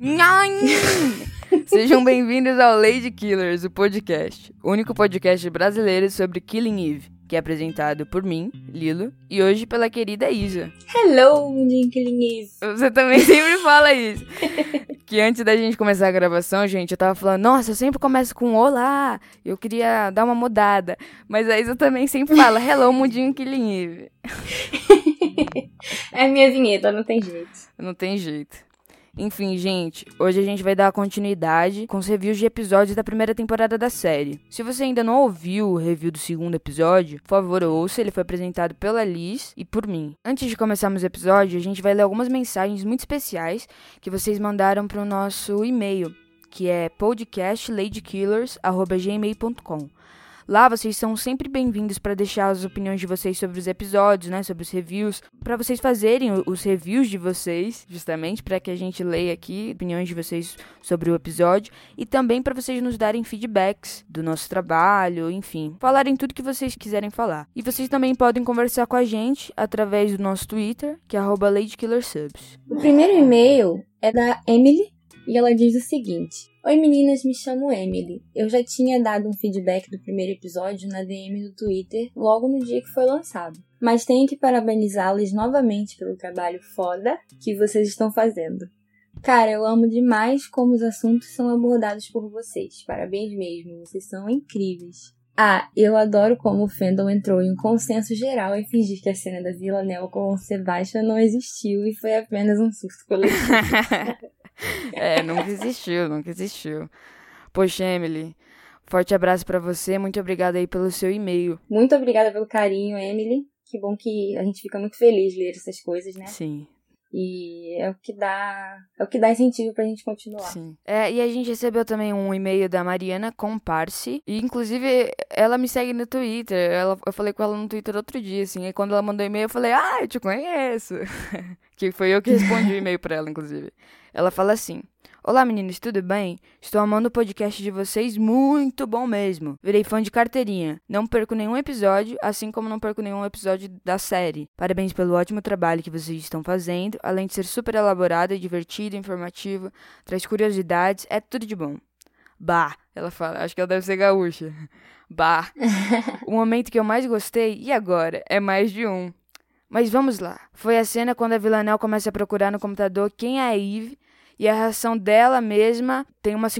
Nhan! Sejam bem-vindos ao Lady Killers, o podcast, o único podcast brasileiro sobre Killing Eve, que é apresentado por mim, Lilo, e hoje pela querida Isa. Hello, mundinho Killing Eve. Você também sempre fala isso. Que antes da gente começar a gravação, gente, eu tava falando, nossa, eu sempre começo com olá, eu queria dar uma mudada. Mas a Isa também sempre fala, hello, mundinho Killing Eve. É minha vinheta, não tem jeito. Não tem jeito. Enfim, gente, hoje a gente vai dar continuidade com os reviews de episódios da primeira temporada da série. Se você ainda não ouviu o review do segundo episódio, por favor, ouça, ele foi apresentado pela Liz e por mim. Antes de começarmos o episódio, a gente vai ler algumas mensagens muito especiais que vocês mandaram para o nosso e-mail, que é podcastladykillers@gmail.com. Lá vocês são sempre bem-vindos para deixar as opiniões de vocês sobre os episódios, né, sobre os reviews, para vocês fazerem os reviews de vocês, justamente para que a gente leia aqui opiniões de vocês sobre o episódio e também para vocês nos darem feedbacks do nosso trabalho, enfim, falarem tudo que vocês quiserem falar. E vocês também podem conversar com a gente através do nosso Twitter, que é @LadyKillerSubs. O primeiro e-mail é da Emily e ela diz o seguinte: Oi meninas, me chamo Emily. Eu já tinha dado um feedback do primeiro episódio na DM do Twitter logo no dia que foi lançado. Mas tenho que parabenizá-las novamente pelo trabalho foda que vocês estão fazendo. Cara, eu amo demais como os assuntos são abordados por vocês. Parabéns mesmo, vocês são incríveis. Ah, eu adoro como o fandom entrou em um consenso geral em fingir que a cena da Vila Nel com o Sebastian não existiu e foi apenas um susto coletivo. Nunca existiu. Poxa, Emily, forte abraço pra você, muito obrigada aí pelo seu e-mail. Muito obrigada pelo carinho, Emily. Que bom que a gente fica muito feliz de ler essas coisas, né? Sim. E é o que dá incentivo pra gente continuar. Sim. E a gente recebeu também um e-mail da Mariana Comparse. E inclusive ela me segue no Twitter. Eu falei com ela no Twitter outro dia, assim. E quando ela mandou e-mail, eu falei, eu te conheço. Que foi eu que respondi o e-mail pra ela, inclusive. Ela fala assim: Olá meninos, tudo bem? Estou amando o podcast de vocês, muito bom mesmo. Virei fã de carteirinha. Não perco nenhum episódio, assim como não perco nenhum episódio da série. Parabéns pelo ótimo trabalho que vocês estão fazendo. Além de ser super elaborado, divertido, informativo, traz curiosidades, é tudo de bom. Bah, ela fala, acho que ela deve ser gaúcha. Bah. O momento que eu mais gostei, e agora? É mais de um. Mas vamos lá. Foi a cena quando a Villanelle começa a procurar no computador quem é a Eve e a reação dela mesma tem uma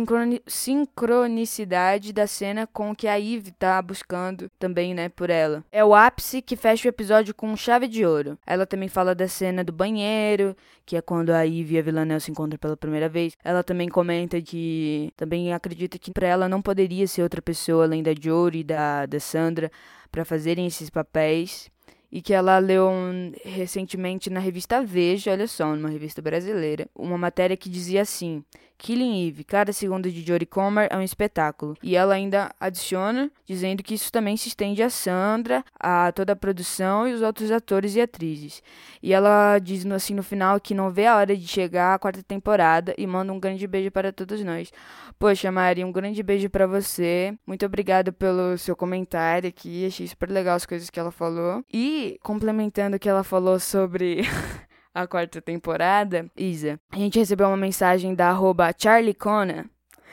sincronicidade da cena com o que a Eve tá buscando também, né, por ela. É o ápice que fecha o episódio com chave de ouro. Ela também fala da cena do banheiro, que é quando a Eve e a Villanelle se encontram pela primeira vez. Ela também comenta que também acredita que pra ela não poderia ser outra pessoa além da Jory e da Sandra para fazerem esses papéis. E que ela leu recentemente na revista Veja, olha só, numa revista brasileira, uma matéria que dizia assim: Killing Eve, cada segundo de Jodie Comer é um espetáculo. E ela ainda adiciona, dizendo que isso também se estende a Sandra, a toda a produção e os outros atores e atrizes. E ela diz assim no final que não vê a hora de chegar à quarta temporada e manda um grande beijo para todos nós. Poxa, Mari, um grande beijo pra você. Muito obrigada pelo seu comentário aqui. Achei super legal as coisas que ela falou. E, complementando o que ela falou sobre a quarta temporada, Isa, a gente recebeu uma mensagem da @CharlieCona,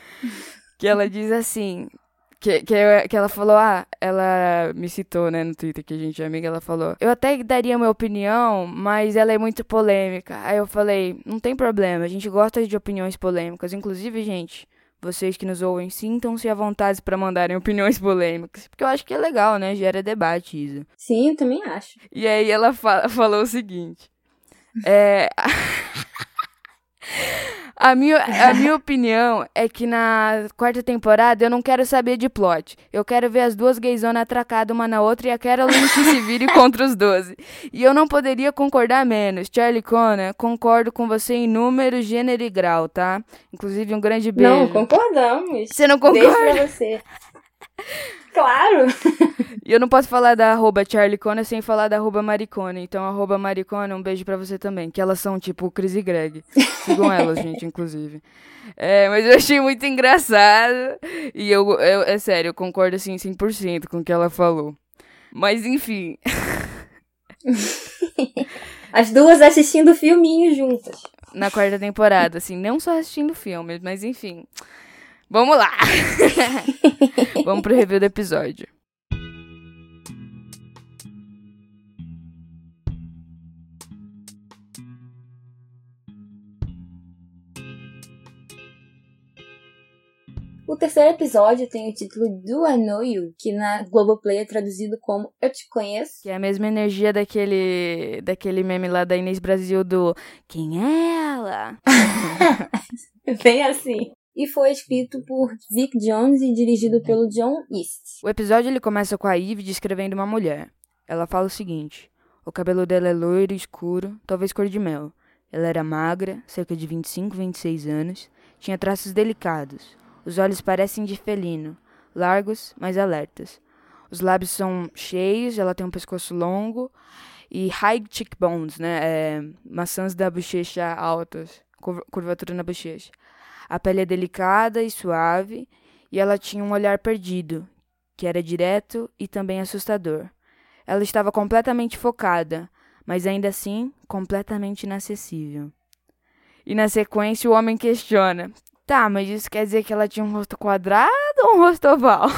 que ela diz assim... Que ela falou, ela me citou, né, no Twitter, que a gente é amiga, ela falou, eu até daria minha opinião, mas ela é muito polêmica. Aí eu falei, não tem problema, a gente gosta de opiniões polêmicas. Inclusive, gente, vocês que nos ouvem, sintam-se à vontade para mandarem opiniões polêmicas, porque eu acho que é legal, né, gera debate, Isa. Sim, eu também acho. E aí ela falou o seguinte, A minha opinião é que na quarta temporada eu não quero saber de plot. Eu quero ver as duas gaysonas atracadas uma na outra e a Carolyn que se vire contra os 12. E eu não poderia concordar menos. Charlie Connor, concordo com você em número, gênero e grau, tá? Inclusive um grande beijo. Não, concordamos. Você não concorda? Beijo pra você. Claro! E eu não posso falar da @CharlieCona sem falar da @Maricona. Então, @Maricona, um beijo pra você também. Que elas são tipo Chris e Greg. Sigam elas, gente, inclusive. Mas eu achei muito engraçado. E é sério, eu concordo assim 100% com o que ela falou. Mas, enfim. As duas assistindo filminho juntas. na quarta temporada, assim, não só assistindo filmes, mas enfim. Vamos lá! Vamos pro review do episódio. O terceiro episódio tem o título Do I Know You, que na Globoplay é traduzido como Eu Te Conheço. Que é a mesma energia daquele meme lá da Inês Brasil do Quem é ela? Bem assim. E foi escrito por Vic Jones e dirigido pelo John East. O episódio ele começa com a Eve descrevendo uma mulher. Ela fala o seguinte: o cabelo dela é loiro, escuro, talvez cor de mel. Ela era magra, cerca de 25, 26 anos, tinha traços delicados. Os olhos parecem de felino, largos, mas alertas. Os lábios são cheios, ela tem um pescoço longo e high cheekbones, né? Maçãs da bochecha altas, curvatura na bochecha. A pele é delicada e suave e ela tinha um olhar perdido, que era direto e também assustador. Ela estava completamente focada, mas ainda assim completamente inacessível. E na sequência o homem questiona: tá, mas isso quer dizer que ela tinha um rosto quadrado ou um rosto oval?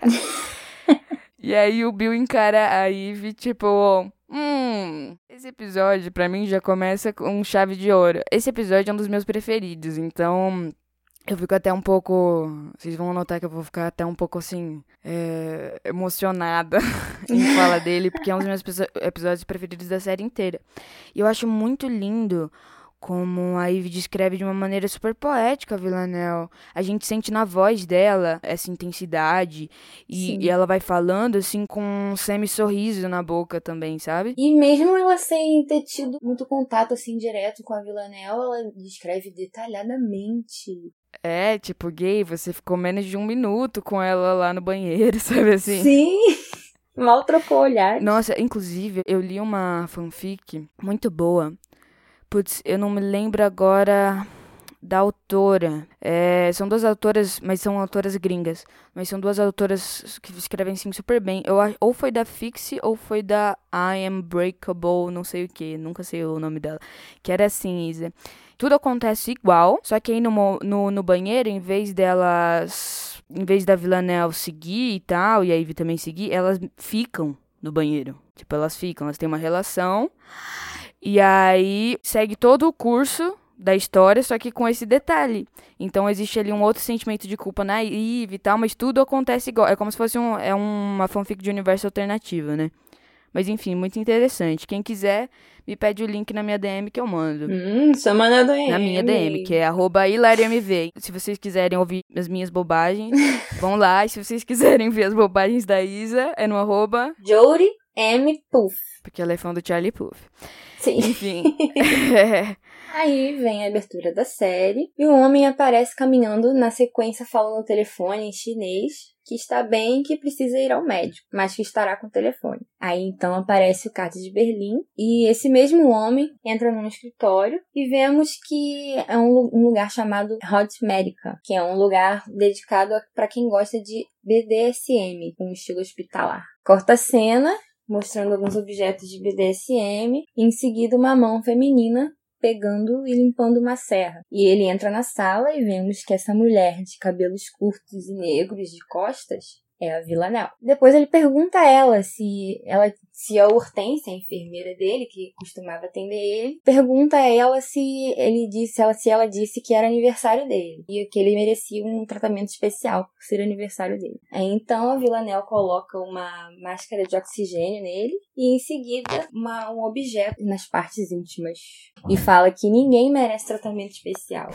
E aí o Bill encara a Eve, tipo... esse episódio pra mim já começa com chave de ouro. Esse episódio é um dos meus preferidos, então... eu fico até um pouco... vocês vão notar que eu vou ficar até um pouco, assim... emocionada em falar dele, porque é um dos meus episódios preferidos da série inteira. E eu acho muito lindo... como a Eve descreve de uma maneira super poética a Villanelle. A gente sente na voz dela essa intensidade. E ela vai falando, assim, com um semi-sorriso na boca também, sabe? E mesmo ela sem ter tido muito contato, assim, direto com a Villanelle, ela descreve detalhadamente. É, tipo, gay, você ficou menos de 1 minuto com ela lá no banheiro, sabe assim? Sim! Mal trocou olhar. Nossa, inclusive, eu li uma fanfic muito boa. Putz, eu não me lembro agora da autora. São 2 autoras, mas são autoras gringas. Mas são 2 autoras que escrevem assim super bem. Ou foi da Fix ou foi da I Am Breakable, não sei o que. Nunca sei o nome dela. Que era assim, Isa. Tudo acontece igual, só que aí no banheiro, em vez da Villanelle seguir e tal, e a Ivy também seguir, elas ficam no banheiro. Tipo, elas têm uma relação... e aí segue todo o curso da história, só que com esse detalhe. Então existe ali um outro sentimento de culpa na Eve e tal, mas tudo acontece igual. É como se fosse uma fanfic de universo alternativo, né? Mas enfim, muito interessante. Quem quiser, me pede o link na minha DM que eu mando. Chama na DM. Na minha DM, que é @hilariamv. Se vocês quiserem ouvir as minhas bobagens, vão lá. E se vocês quiserem ver as bobagens da Isa, é no Jodie M. Puff. Porque ela é fã do Charlie Puth. Sim. Enfim. Aí vem a abertura da série e o homem aparece caminhando na sequência falando no telefone em chinês que está bem, que precisa ir ao médico, mas que estará com o telefone. Aí então aparece o Cátia de Berlim e esse mesmo homem entra num escritório e vemos que é um lugar chamado Hot Medica, que é um lugar dedicado para quem gosta de BDSM, com estilo hospitalar. Corta a cena mostrando alguns objetos de BDSM e em seguida uma mão feminina pegando e limpando uma serra. E ele entra na sala e vemos que essa mulher de cabelos curtos e negros de costas é a Villanelle. Depois ele pergunta a ela se a Hortência, a enfermeira dele, que costumava atender ele, pergunta a ela se ela disse que era aniversário dele e que ele merecia um tratamento especial por ser aniversário dele. Aí, então a Villanelle coloca uma máscara de oxigênio nele e em seguida um objeto nas partes íntimas e fala que ninguém merece tratamento especial.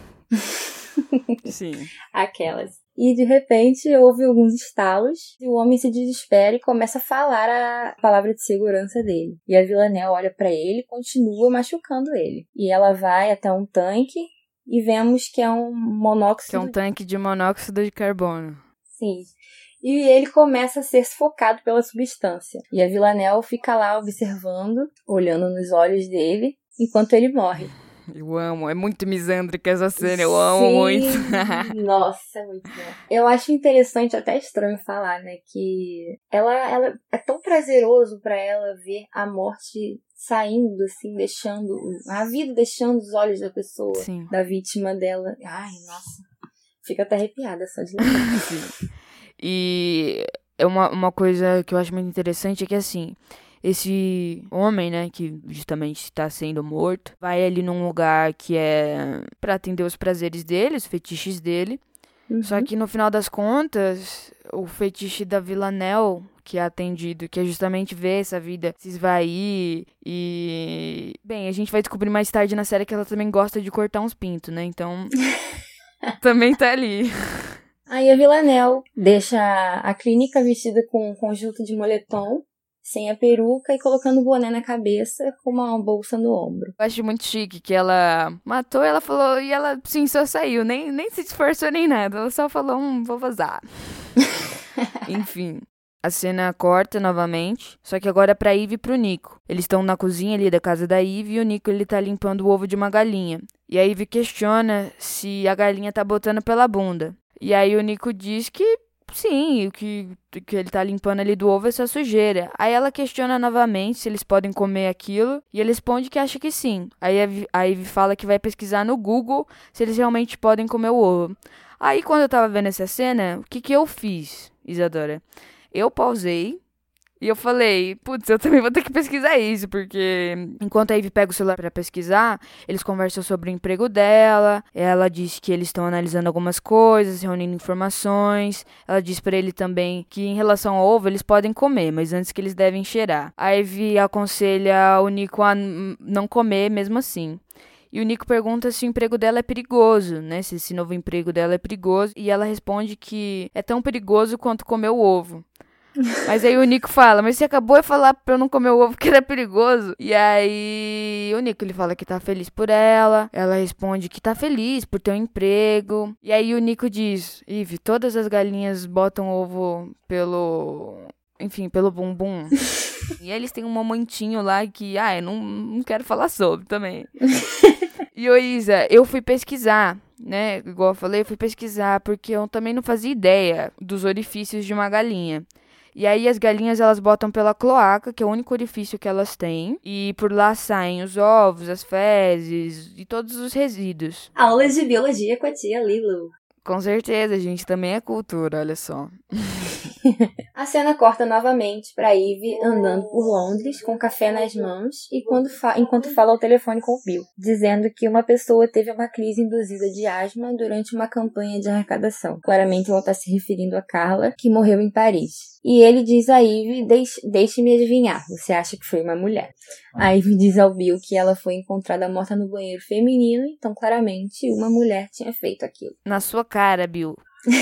Sim. Aquelas. E de repente houve alguns estalos e o homem se desespera e começa a falar a palavra de segurança dele. E a Villanelle olha pra ele e continua machucando ele. E ela vai até um tanque e vemos que é um monóxido... Que é um tanque de monóxido de carbono. Sim. E ele começa a ser sufocado pela substância. E a Villanelle fica lá observando, olhando nos olhos dele, enquanto ele morre. Eu amo, é muito misândrica essa cena, eu amo muito. Nossa, muito bom. Eu acho interessante, até estranho falar, né, que ela é tão prazeroso pra ela ver a morte saindo, assim, deixando a vida, deixando os olhos da pessoa, Sim. da vítima dela. Ai, nossa, fica até arrepiada só de lembrar. Sim. E é uma coisa que eu acho muito interessante é que, assim, esse homem, né, que justamente está sendo morto, vai ali num lugar que é pra atender os prazeres dele, os fetiches dele. Só que no final das contas, o fetiche da Villanelle, que é atendido, que é justamente ver essa vida se esvair e... Bem, a gente vai descobrir mais tarde na série que ela também gosta de cortar uns pintos, né? Então, também tá ali. Aí a Villanelle deixa a clínica vestida com um conjunto de moletom, sem a peruca e colocando o boné na cabeça com uma bolsa no ombro. Eu acho muito chique que ela matou, ela falou, e ela, sim, só saiu, nem se esforçou nem nada, ela só falou, vou vazar. Enfim, a cena corta novamente, só que agora é pra Eve e pro Nico. Eles estão na cozinha ali da casa da Eve e o Nico, ele tá limpando o ovo de uma galinha. E a Eve questiona se a galinha tá botando pela bunda. E aí o Nico diz que sim, o que ele tá limpando ali do ovo é só sujeira. Aí ela questiona novamente se eles podem comer aquilo e ele responde que acha que sim. Aí a Ivy fala que vai pesquisar no Google se eles realmente podem comer o ovo. Aí quando eu tava vendo essa cena, o que eu fiz, Isadora? Eu pausei e eu falei, putz, eu também vou ter que pesquisar isso, porque enquanto a Ivy pega o celular pra pesquisar, eles conversam sobre o emprego dela, ela diz que eles estão analisando algumas coisas, reunindo informações, ela diz pra ele também que em relação ao ovo, eles podem comer, mas antes que eles devem cheirar. A Ivy aconselha o Nico a não comer mesmo assim. E o Nico pergunta se o emprego dela é perigoso, né? Se esse novo emprego dela é perigoso. E ela responde que é tão perigoso quanto comer o ovo. Mas aí o Nico fala, mas você acabou de falar pra eu não comer o ovo que era perigoso. E aí o Nico, ele fala que tá feliz por ela. Ela responde que tá feliz por ter um emprego. E aí o Nico diz, Ivy, todas as galinhas botam ovo pelo bumbum. E eles têm um momentinho lá que, eu não quero falar sobre também. E, ô Isa, eu fui pesquisar, né? Igual eu falei, eu fui pesquisar, porque eu também não fazia ideia dos orifícios de uma galinha. E aí as galinhas, elas botam pela cloaca, que é o único orifício que elas têm. E por lá saem os ovos, as fezes e todos os resíduos. Aulas de biologia com a tia Lilo. Com certeza, gente, também é cultura, olha só. A cena corta novamente para Eve andando por Londres com café nas mãos e enquanto fala ao telefone com o Bill, dizendo que uma pessoa teve uma crise induzida de asma durante uma campanha de arrecadação. Claramente ela está se referindo a Carla, que morreu em Paris. E ele diz a Eve, deixe-me adivinhar, você acha que foi uma mulher? A Eve diz ao Bill que ela foi encontrada morta no banheiro feminino, então claramente uma mulher tinha feito aquilo. Na sua cara, Bill.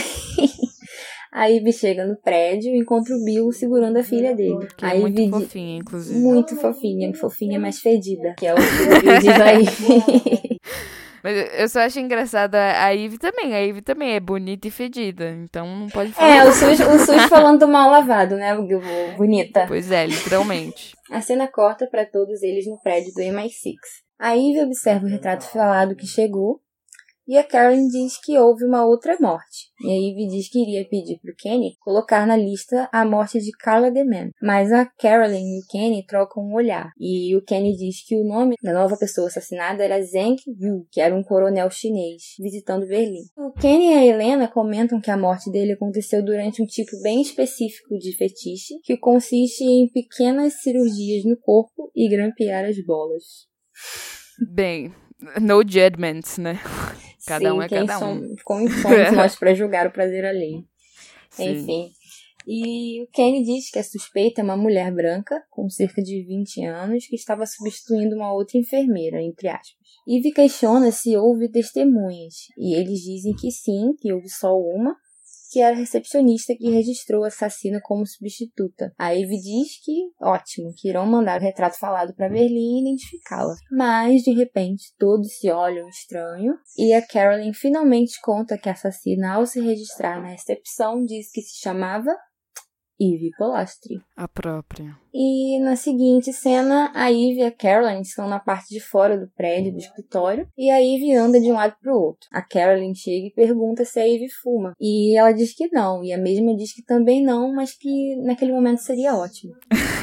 A Ivy chega no prédio e encontra o Bill segurando a filha dele. Que é muito fofinha, inclusive. Muito fofinha, mas fedida. Que é o que o Bill diz a Ivy. Mas eu só acho engraçada a Ivy também. A Ivy também é bonita e fedida. Então não pode falar. O SUS falando do mal lavado, né? Bonita. Pois é, literalmente. A cena corta pra todos eles no prédio do MI6. A Ivy observa o retrato falado que chegou. E a Carolyn diz que houve uma outra morte. E a Ivy diz que iria pedir pro Kenny colocar na lista a morte de Carla DeMann. Mas a Carolyn e o Kenny trocam um olhar. E o Kenny diz que o nome da nova pessoa assassinada era Zheng Yu, que era um coronel chinês, visitando Berlim. O Kenny e a Helena comentam que a morte dele aconteceu durante um tipo bem específico de fetiche, que consiste em pequenas cirurgias no corpo e grampear as bolas. Bem, no judgments, né? Cada um é cada um. Quem somos nós para julgar o prazer alheio. Sim. Enfim. E o Kenny diz que a suspeita é uma mulher branca, com cerca de 20 anos, que estava substituindo uma outra enfermeira, entre aspas. Ivy questiona se houve testemunhas, e eles dizem que sim, que houve só uma, que era a recepcionista que registrou o assassino como substituta. A Ivy diz que, ótimo, que irão mandar o retrato falado para Berlim e identificá-la. Mas, de repente, todos se olham estranho e a Carolyn finalmente conta que a assassina, ao se registrar na recepção, disse que se chamava Eve Polastri. A própria. E na seguinte cena, a Eve e a Caroline estão na parte de fora do prédio, do escritório, e a Eve anda de um lado pro outro. A Caroline chega e pergunta se a Eve fuma. E ela diz que não, e a mesma diz que também não, mas que naquele momento seria ótimo.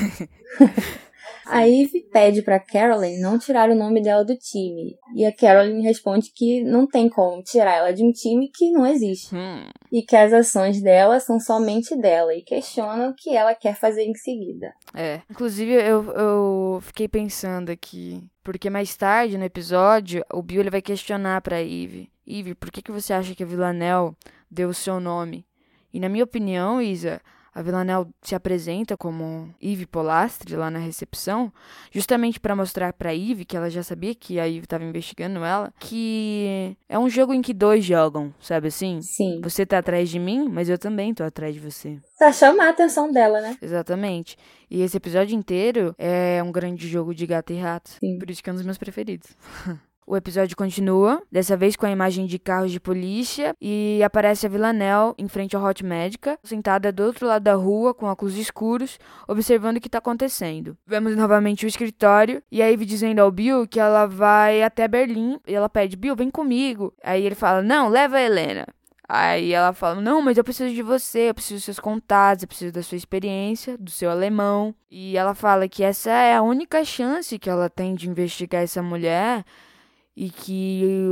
A Eve pede pra Caroline não tirar o nome dela do time. E a Caroline responde que não tem como tirar ela de um time que não existe. E que as ações dela são somente dela. E questiona o que ela quer fazer em seguida. Inclusive, eu fiquei pensando aqui. Porque mais tarde no episódio, o Bill ele vai questionar pra Eve. Eve, por que você acha que a Villanelle deu o seu nome? E na minha opinião, Isa, a Villanelle se apresenta como Eve Polastri lá na recepção, justamente para mostrar para Eve, que ela já sabia que a Eve estava investigando ela, que é um jogo em que dois jogam, sabe assim? Sim. Você tá atrás de mim, mas eu também tô atrás de você. Pra chamar a atenção dela, né? Exatamente. E esse episódio inteiro é um grande jogo de gato e rato. Sim. Por isso que é um dos meus preferidos. O episódio continua, dessa vez com a imagem de carros de polícia, e aparece a Villanelle em frente ao Hot Medica, sentada do outro lado da rua, com óculos escuros, observando o que tá acontecendo. Vemos novamente o escritório, e a Eve dizendo ao Bill que ela vai até Berlim, e ela pede, Bill, vem comigo. Aí ele fala, não, leva a Helena. Aí ela fala, não, mas eu preciso de você, eu preciso dos seus contatos, eu preciso da sua experiência, do seu alemão. E ela fala que essa é a única chance que ela tem de investigar essa mulher, e que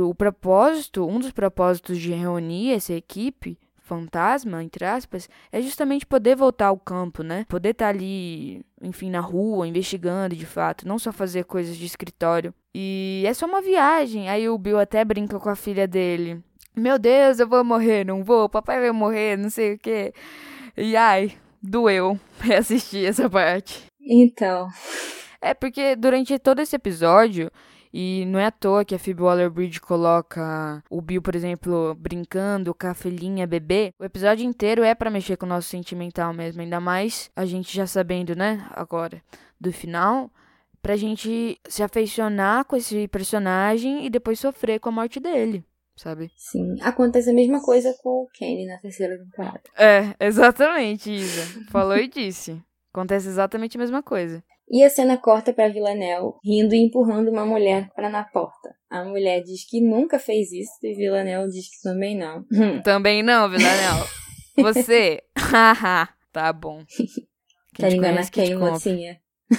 um dos propósitos de reunir essa equipe fantasma, entre aspas, é justamente poder voltar ao campo, né? Poder estar ali, enfim, na rua, investigando de fato, não só fazer coisas de escritório. E é só uma viagem. Aí o Bill até brinca com a filha dele. Meu Deus, eu vou morrer, não vou? Papai vai morrer, não sei o quê. E ai, doeu reassistir essa parte. Então. É porque durante todo esse episódio, e não é à toa que a Phoebe Waller-Bridge coloca o Bill, por exemplo, brincando com a filhinha bebê, o episódio inteiro é pra mexer com o nosso sentimental mesmo, ainda mais a gente já sabendo, né, agora, do final, pra gente se afeicionar com esse personagem e depois sofrer com a morte dele, sabe? Sim, acontece a mesma coisa com o Kenny na terceira temporada. É, exatamente, Isa. Falou e disse. Acontece exatamente a mesma coisa. E a cena corta pra Villanelle rindo e empurrando uma mulher pra na porta. A mulher diz que nunca fez isso e Villanelle diz que também não. Também não, Villanelle. Você? Haha, tá bom. Quer enganar quem, mocinha?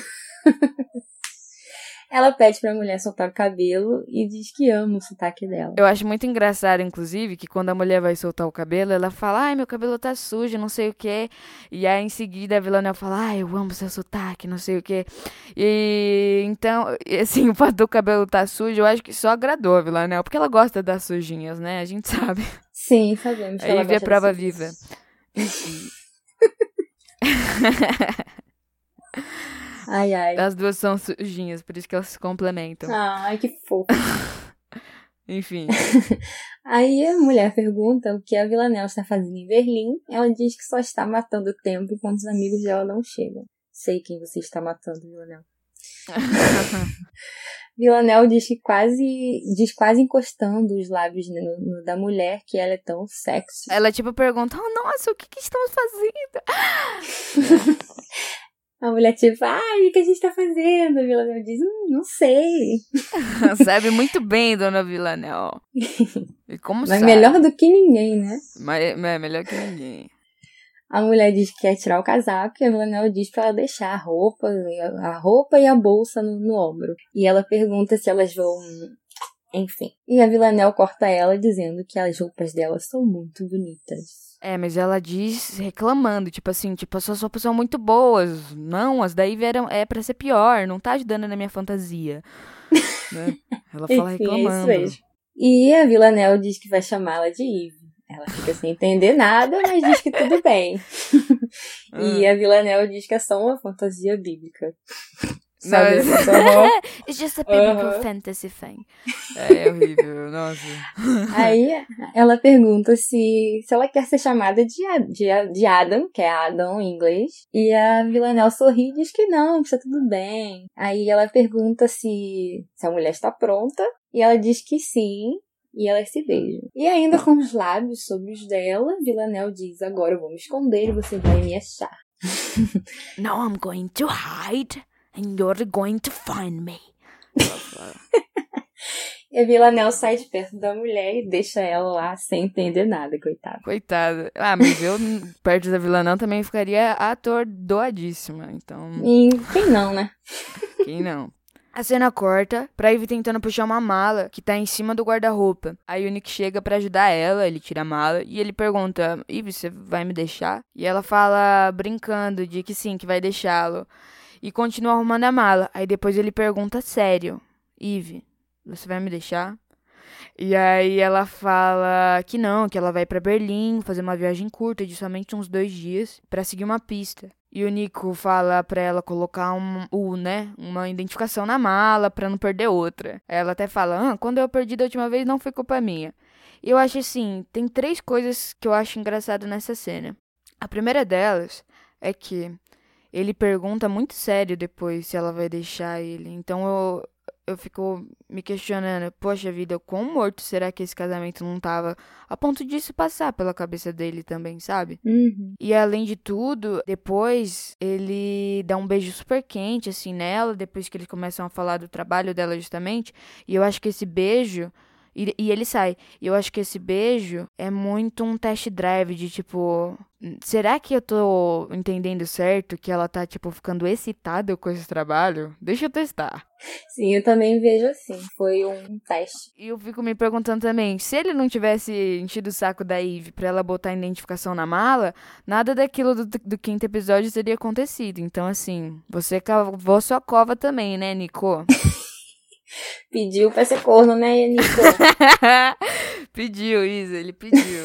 Ela pede pra mulher soltar o cabelo e diz que ama o sotaque dela. Eu acho muito engraçado, inclusive, que quando a mulher vai soltar o cabelo, ela fala, ai, meu cabelo tá sujo, não sei o quê. E aí, em seguida, a Villanelle fala, ai, eu amo seu sotaque, não sei o quê. E, então, assim, o fato do cabelo tá sujo, eu acho que só agradou a Villanelle, porque ela gosta das sujinhas, né? A gente sabe. Sim, sabemos. Aí vê a prova viva. Ai, ai. As duas são sujinhas, por isso que elas se complementam. Ai, que fofo. Enfim. Aí a mulher pergunta o que a Villanelle está fazendo em Berlim. Ela diz que só está matando o tempo enquanto os amigos dela não chegam. Sei quem você está matando, Villanelle. Villanelle diz quase encostando os lábios da mulher que ela é tão sexy. Ela tipo pergunta, oh, nossa, o que estamos fazendo? A mulher tipo, o que a gente tá fazendo? A Villanelle diz, não sei. Sabe muito bem, dona Villanelle. E como Mas sabe? melhor do que ninguém, né? Mas é melhor que ninguém. A mulher diz que quer tirar o casaco e a Villanelle diz pra ela deixar a roupa e a bolsa no ombro. E ela pergunta se elas vão... Enfim. E a Villanelle corta ela dizendo que as roupas dela são muito bonitas. É, mas ela diz reclamando, tipo assim, as suas roupas são muito boas. Não, as daí vieram, é pra ser pior, não tá ajudando na minha fantasia. Né? Ela fala Enfim, reclamando. É isso mesmo. E a Villanelle diz que vai chamá-la de Eve. Ela fica sem entender nada, mas diz que tudo bem. E a Villanelle diz que é só uma fantasia bíblica. Sabe? It's just a biblical fantasy thing. É horrível, nossa. Aí ela pergunta se ela quer ser chamada de Adam, que é Adam em inglês. E a Villanelle sorri e diz que não, está tudo bem. Aí ela pergunta se a mulher está pronta. E ela diz que sim. E elas se beijam. E ainda com os lábios sobre os dela, Villanelle diz, agora eu vou me esconder e você vai me achar. Now I'm going to hide and you're going to find me. E a Villanelle sai de perto da mulher e deixa ela lá sem entender nada, coitada. Coitada. Mas eu perto da Villanelle também ficaria atordoadíssima, então... E quem não, né? Quem não? A cena corta pra Ivy tentando puxar uma mala que tá em cima do guarda-roupa. Aí o Nick chega pra ajudar ela, ele tira a mala e ele pergunta, Ivy, você vai me deixar? E ela fala, brincando, de que sim, que vai deixá-lo. E continua arrumando a mala. Aí depois ele pergunta sério, Ivy, você vai me deixar? E aí ela fala que não, que ela vai pra Berlim fazer uma viagem curta de somente uns 2 dias pra seguir uma pista. E o Nico fala pra ela colocar uma identificação na mala pra não perder outra. Ela até fala, quando eu perdi da última vez não foi culpa minha. E eu acho assim, tem 3 coisas que eu acho engraçado nessa cena. A primeira delas é que ele pergunta muito sério depois se ela vai deixar ele. Então eu fico me questionando, poxa vida, quão morto será que esse casamento não tava? A ponto disso passar pela cabeça dele também, sabe? Uhum. E além de tudo, depois ele dá um beijo super quente, assim, nela, depois que eles começam a falar do trabalho dela justamente. E eu acho que esse beijo... E ele sai. E eu acho que esse beijo é muito um test drive de, tipo... Será que eu tô entendendo certo que ela tá, tipo, ficando excitada com esse trabalho? Deixa eu testar. Sim, eu também vejo assim. Foi um teste. E eu fico me perguntando também, se ele não tivesse enchido o saco da Ivy pra ela botar a identificação na mala, nada daquilo do 5º episódio teria acontecido. Então, assim, você cavou sua cova também, né, Nico? Pediu pra ser corno, né, Nico? Pediu, Isa, ele pediu.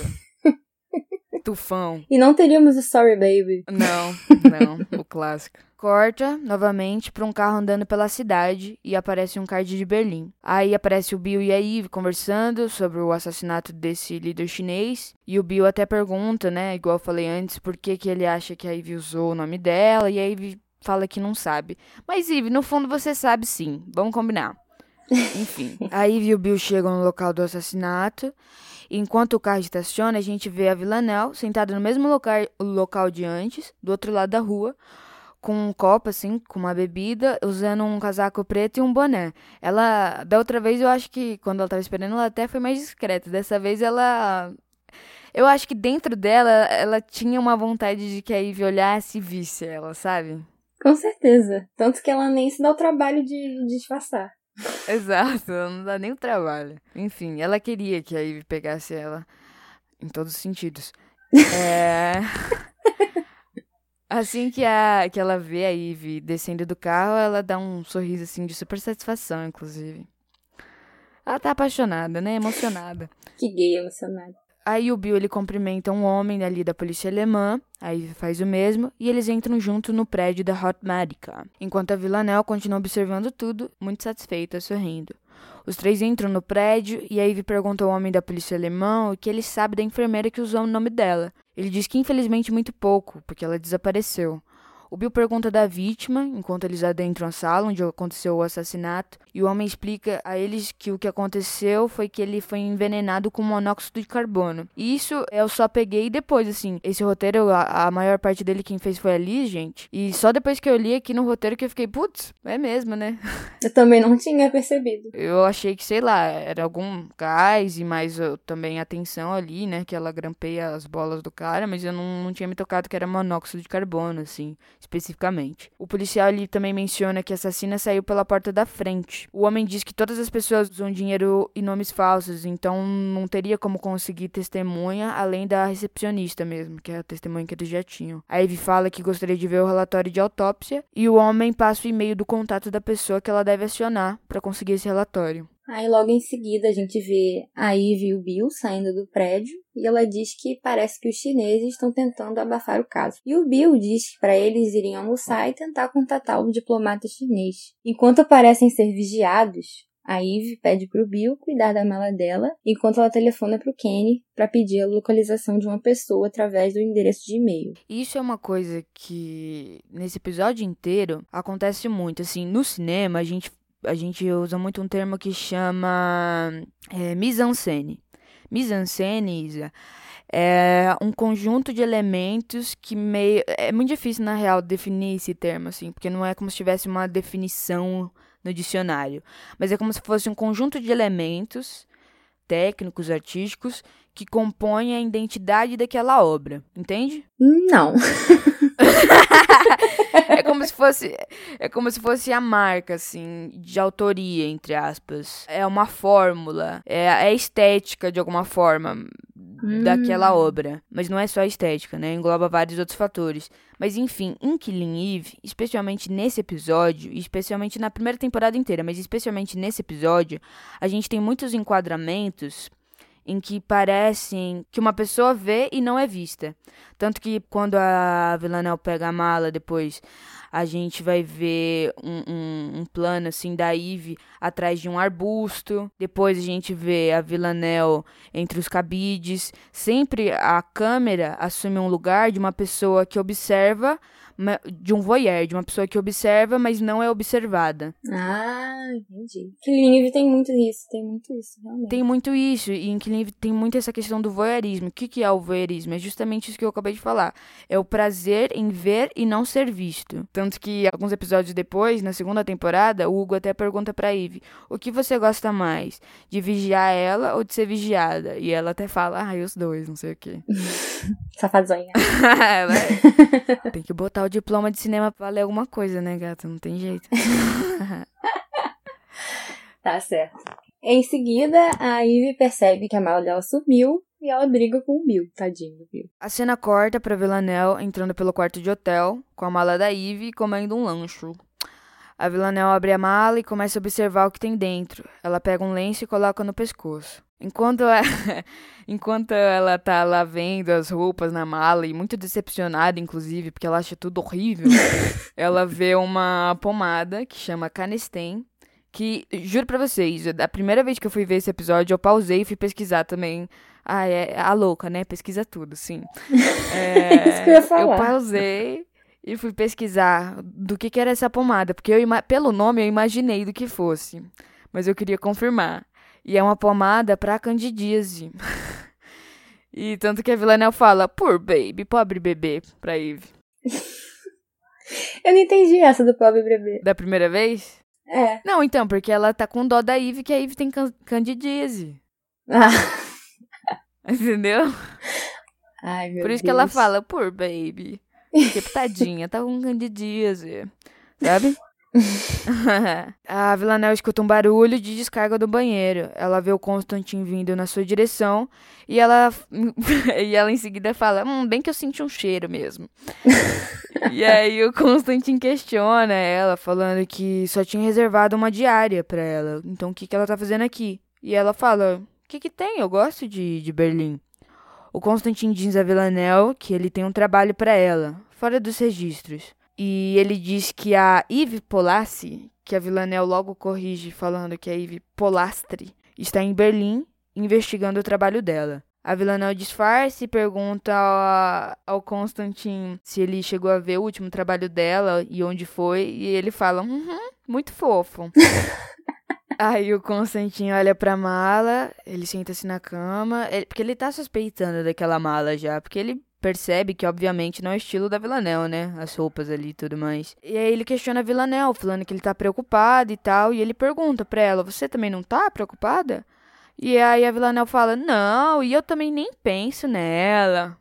Tufão. E não teríamos o Sorry Baby. Não, o clássico. Corta, novamente, pra um carro andando pela cidade e aparece um card de Berlim. Aí aparece o Bill e a Eve conversando sobre o assassinato desse líder chinês. E o Bill até pergunta, né, igual eu falei antes, por que ele acha que a Eve usou o nome dela. E a Eve fala que não sabe. Mas, Eve, no fundo você sabe sim. Vamos combinar. Enfim, a Eve e o Bill chegam no local do assassinato. Enquanto o carro estaciona, a gente vê a Villanelle sentada no mesmo local de antes, do outro lado da rua, com um copo, assim, com uma bebida, usando um casaco preto e um boné. Ela, da outra vez, eu acho que, quando ela tava esperando, ela até foi mais discreta. Dessa vez, eu acho que dentro dela, ela tinha uma vontade de que a Ivy olhasse e visse ela, sabe? Com certeza. Tanto que ela nem se dá o trabalho de disfarçar. Exato, ela não dá nem o trabalho. Enfim, ela queria que a Ivy pegasse ela em todos os sentidos. Assim que ela vê a Ivy descendo do carro, ela dá um sorriso assim de super satisfação, inclusive. Ela tá apaixonada, né? Emocionada. Que gay emocionada. Aí o Bill, ele cumprimenta um homem ali da polícia alemã, aí faz o mesmo, e eles entram junto no prédio da Hotmatica, enquanto a Villanelle continua observando tudo, muito satisfeita, sorrindo. Os 3 entram no prédio e a Ivy pergunta ao homem da polícia alemã o que ele sabe da enfermeira que usou o nome dela. Ele diz que infelizmente muito pouco, porque ela desapareceu. O Bill pergunta da vítima, enquanto eles adentram a sala onde aconteceu o assassinato, e o homem explica a eles que o que aconteceu foi que ele foi envenenado com monóxido de carbono. E isso eu só peguei depois, assim. Esse roteiro, a maior parte dele quem fez foi a Liz, gente. E só depois que eu li aqui no roteiro que eu fiquei, putz, é mesmo, né? Eu também não tinha percebido. Eu achei que, sei lá, era algum gás e mais também atenção ali, né? Que ela grampeia as bolas do cara, mas eu não tinha me tocado que era monóxido de carbono, assim, especificamente. O policial ali também menciona que a assassina saiu pela porta da frente. O homem diz que todas as pessoas usam dinheiro e nomes falsos, então não teria como conseguir testemunha além da recepcionista mesmo, que é a testemunha que eles já tinham. A Ivy fala que gostaria de ver o relatório de autópsia e o homem passa o e-mail do contato da pessoa que ela deve acionar para conseguir esse relatório. Aí logo em seguida a gente vê a Ivy e o Bill saindo do prédio e ela diz que parece que os chineses estão tentando abafar o caso. E o Bill diz que para eles irem almoçar e tentar contatar o diplomata chinês. Enquanto parecem ser vigiados, a Ivy pede pro Bill cuidar da mala dela, enquanto ela telefona pro Kenny para pedir a localização de uma pessoa através do endereço de e-mail. Isso é uma coisa que nesse episódio inteiro acontece muito. Assim, no cinema a gente usa muito um termo que chama mise-en-scène. Mise-en-scène, Isa, é um conjunto de elementos que meio... É muito difícil, na real, definir esse termo, assim, porque não é como se tivesse uma definição no dicionário. Mas é como se fosse um conjunto de elementos técnicos, artísticos, que compõem a identidade daquela obra. Entende? Não. É como se fosse a marca, assim, de autoria, entre aspas. É uma fórmula, é estética, de alguma forma, daquela obra. Mas não é só a estética, né? Engloba vários outros fatores. Mas, enfim, em Killing Eve, especialmente nesse episódio, especialmente na primeira temporada inteira, mas especialmente nesse episódio, a gente tem muitos enquadramentos em que parecem que uma pessoa vê e não é vista. Tanto que quando a Villanelle pega a mala depois, a gente vai ver um plano assim da Eve atrás de um arbusto. Depois a gente vê a Villanelle entre os cabides. Sempre a câmera assume um lugar de uma pessoa que observa, de um voyeur, de uma pessoa que observa, mas não é observada. Ah, entendi. Killing Eve tem muito isso, realmente. Tem muito isso, e em Killing Eve tem muito essa questão do voyeurismo. O que é o voyeurismo? É justamente isso que eu acabei de falar. É o prazer em ver e não ser visto. Tanto que, alguns episódios depois, na segunda temporada, o Hugo até pergunta pra Eve: o que você gosta mais? De vigiar ela ou de ser vigiada? E ela até fala: os dois, não sei o quê. Safadinha. Tem que botar o diploma de cinema pra valer alguma coisa, né, gata? Não tem jeito. Tá certo. Em seguida, a Eve percebe que a mala dela sumiu e ela briga com o Bill, tadinho do Bill. A cena corta pra Villanelle entrando pelo quarto de hotel com a mala da Eve e comendo um lancho. A Villanelle abre a mala e começa a observar o que tem dentro. Ela pega um lenço e coloca no pescoço. Enquanto ela tá lá vendo as roupas na mala, e muito decepcionada, inclusive, porque ela acha tudo horrível, ela vê uma pomada que chama Canesten, que, juro pra vocês, a primeira vez que eu fui ver esse episódio, eu pausei e fui pesquisar também. É a louca, né? Pesquisa tudo, sim. Isso que eu ia falar. Eu pausei e fui pesquisar do que era essa pomada, porque pelo nome eu imaginei do que fosse, mas eu queria confirmar. E é uma pomada pra candidíase. E tanto que a Villanelle fala: poor baby, pobre bebê, pra Eve. Eu não entendi essa do pobre bebê. Da primeira vez? É. Não, então, porque ela tá com dó da Eve, que a Eve tem candidíase. Ah. Entendeu? Ai, meu Deus. Por isso que ela fala: poor baby. Porque tadinha, tá com candidíase. Sabe? A Villanelle escuta um barulho de descarga do banheiro. Ela vê o Constantine vindo na sua direção e ela em seguida fala: bem que eu senti um cheiro mesmo. E aí o Constantine questiona ela, falando que só tinha reservado uma diária pra ela. Então o que ela tá fazendo aqui? E ela fala: o que tem? Eu gosto de Berlim. O Constantine diz a Villanelle que ele tem um trabalho pra ela, fora dos registros. E ele diz que a Eve Polassi, que a Villanelle logo corrige falando que a Eve Polastri, está em Berlim investigando o trabalho dela. A Villanelle disfarça e pergunta ao Constantine se ele chegou a ver o último trabalho dela e onde foi. E ele fala: muito fofo. Aí o Constantine olha pra mala, ele senta-se na cama, porque ele tá suspeitando daquela mala já, porque ele percebe que, obviamente, não é o estilo da Villanelle, né? As roupas ali e tudo mais. E aí ele questiona a Villanelle, falando que ele tá preocupado e tal. E ele pergunta pra ela: você também não tá preocupada? E aí a Villanelle fala: não, e eu também nem penso nela.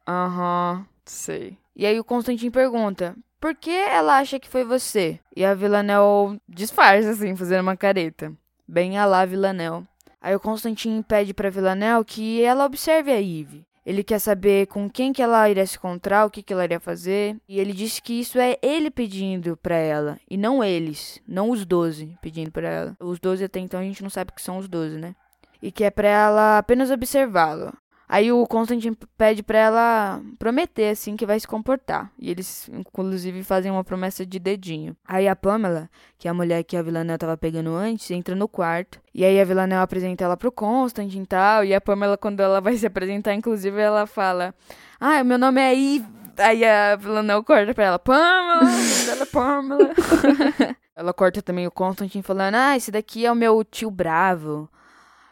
Sei. E aí o Constantine pergunta: por que ela acha que foi você? E a Villanelle disfarça, assim, fazendo uma careta. Bem a lá Villanelle. Aí o Constantine pede pra Villanelle que ela observe a Eve. Ele quer saber com quem que ela iria se encontrar, o que ela iria fazer. E ele diz que isso é ele pedindo pra ela, e não eles, não os 12 pedindo pra ela. Os 12 até então a gente não sabe que são os 12, né? E que é pra ela apenas observá-lo. Aí o Constantine pede pra ela prometer, assim, que vai se comportar. E eles, inclusive, fazem uma promessa de dedinho. Aí a Pamela, que é a mulher que a Villanelle tava pegando antes, entra no quarto. E aí a Villanelle apresenta ela pro Constantine e tal. E a Pamela, quando ela vai se apresentar, inclusive, ela fala: o meu nome é Eve. Aí a Villanelle corta pra ela: Pamela, o nome dela é Pamela. Ela corta também o Constantine falando: esse daqui é o meu tio bravo.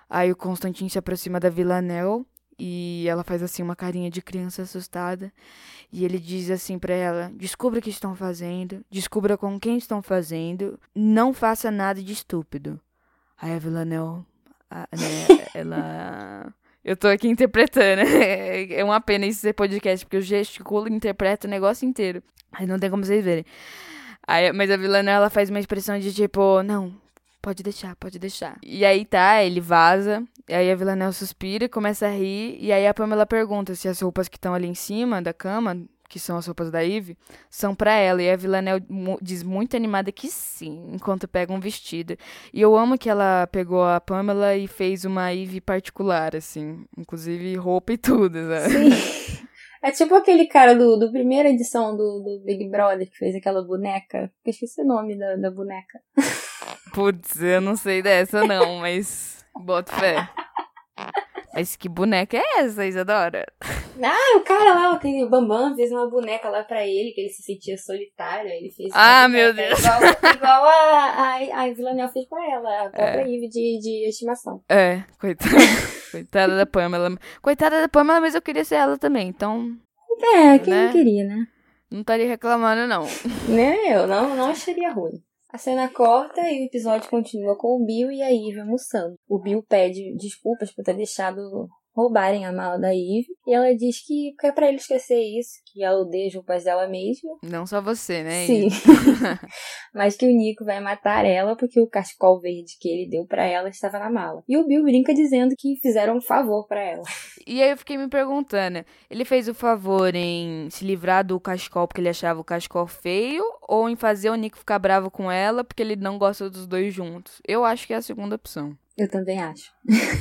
Aí o Constantine se aproxima da Villanelle e ela faz assim uma carinha de criança assustada. E ele diz assim pra ela: descubra o que estão fazendo, descubra com quem estão fazendo, não faça nada de estúpido. Aí a Villanelle, né, ela... Eu tô aqui interpretando. É uma pena isso ser podcast, porque eu gesticulo e interpreto o negócio inteiro. Aí não tem como vocês verem. Aí, mas a Villanelle, ela faz uma expressão de tipo, não, pode deixar, pode deixar. E aí tá, ele vaza. E aí a Villanelle suspira e começa a rir. E aí a Pamela pergunta se as roupas que estão ali em cima da cama, que são as roupas da Eve, são pra ela. E a Villanelle diz muito animada que sim, enquanto pega um vestido. E eu amo que ela pegou a Pamela e fez uma Eve particular, assim. Inclusive roupa e tudo, sabe? Sim. É tipo aquele cara do primeira edição do Big Brother que fez aquela boneca. Eu esqueci o nome da boneca. Putz, eu não sei dessa não, mas boto fé. Mas que boneca é essa, Isadora? Ah, o cara lá, aquele Bambam, fez uma boneca lá pra ele, que ele se sentia solitário. Ele fez Ah, uma meu boneca, Deus. igual a Villanelle fez pra ela, a própria Eve de estimação. É, coitada. Coitada da Pamela. Coitada da Pamela, mas eu queria ser ela também, então... Quem né? não queria, né? Não estaria reclamando, não. Nem eu, não acharia ruim. A cena corta e o episódio continua com o Bill e a Eve almoçando. O Bill pede desculpas por ter deixado roubarem a mala da Eve e ela diz que é pra ele esquecer isso, que ela odeia as roupas dela mesma. Não só você, né? Sim. Mas que o Nico vai matar ela porque o cachecol verde que ele deu pra ela estava na mala. E o Bill brinca dizendo que fizeram um favor pra ela. E aí eu fiquei me perguntando, ele fez o favor em se livrar do cachecol porque ele achava o cachecol feio ou em fazer o Nico ficar bravo com ela porque ele não gosta dos dois juntos? Eu acho que é a segunda opção. Eu também acho.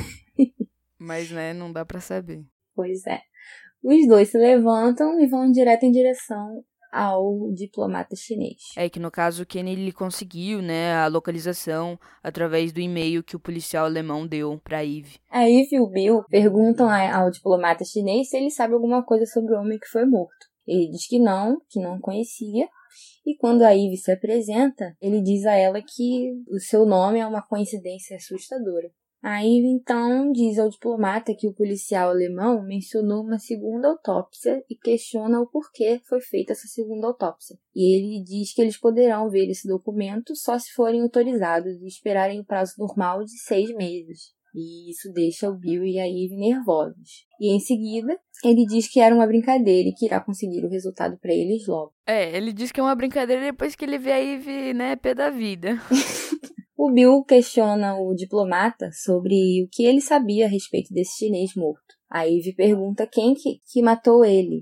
Mas, né, não dá pra saber. Pois é. Os dois se levantam e vão direto em direção ao diplomata chinês. É que no caso o Kenny ele conseguiu, né, a localização através do e-mail que o policial alemão deu pra Eve. A Eve e o Bill perguntam ao diplomata chinês se ele sabe alguma coisa sobre o homem que foi morto. Ele diz que não conhecia. E quando a Eve se apresenta, ele diz a ela que o seu nome é uma coincidência assustadora. A Eve, então, diz ao diplomata que o policial alemão mencionou uma segunda autópsia e questiona o porquê foi feita essa segunda autópsia. E ele diz que eles poderão ver esse documento só se forem autorizados e esperarem o prazo normal de 6 meses. E isso deixa o Bill e a Eve nervosos. E em seguida, ele diz que era uma brincadeira e que irá conseguir o resultado para eles logo. Ele diz que é uma brincadeira depois que ele vê a Eve, né, pé da vida. O Bill questiona o diplomata sobre o que ele sabia a respeito desse chinês morto. A Eve pergunta quem que matou ele.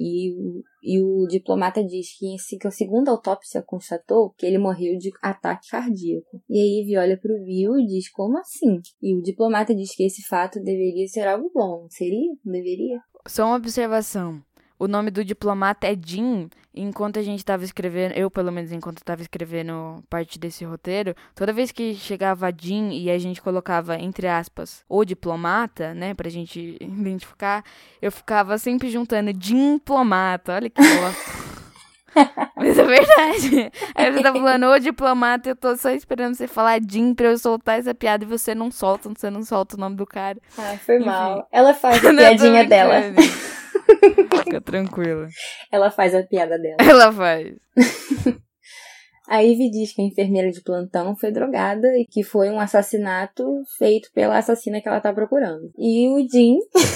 E o diplomata diz que a segunda autópsia constatou que ele morreu de ataque cardíaco. E a Eve olha para o Bill e diz, como assim? E o diplomata diz que esse fato deveria ser algo bom. Seria? Não deveria? Só uma observação. O nome do diplomata é Jim. Enquanto a gente tava escrevendo, eu pelo menos enquanto tava escrevendo parte desse roteiro, toda vez que chegava Jim e a gente colocava, entre aspas, o diplomata, né, pra gente identificar, eu ficava sempre juntando diplomata. Olha que bosta. Mas é verdade. Aí você tá falando o diplomata, eu tô só esperando você falar Jim pra eu soltar essa piada e você não solta o nome do cara. Ah, foi mal. Ela faz a piadinha dela. Fica tranquila. Ela faz a piada dela. Ela faz. A Eve diz que a enfermeira de plantão foi drogada e que foi um assassinato feito pela assassina que ela tá procurando. E o Jim...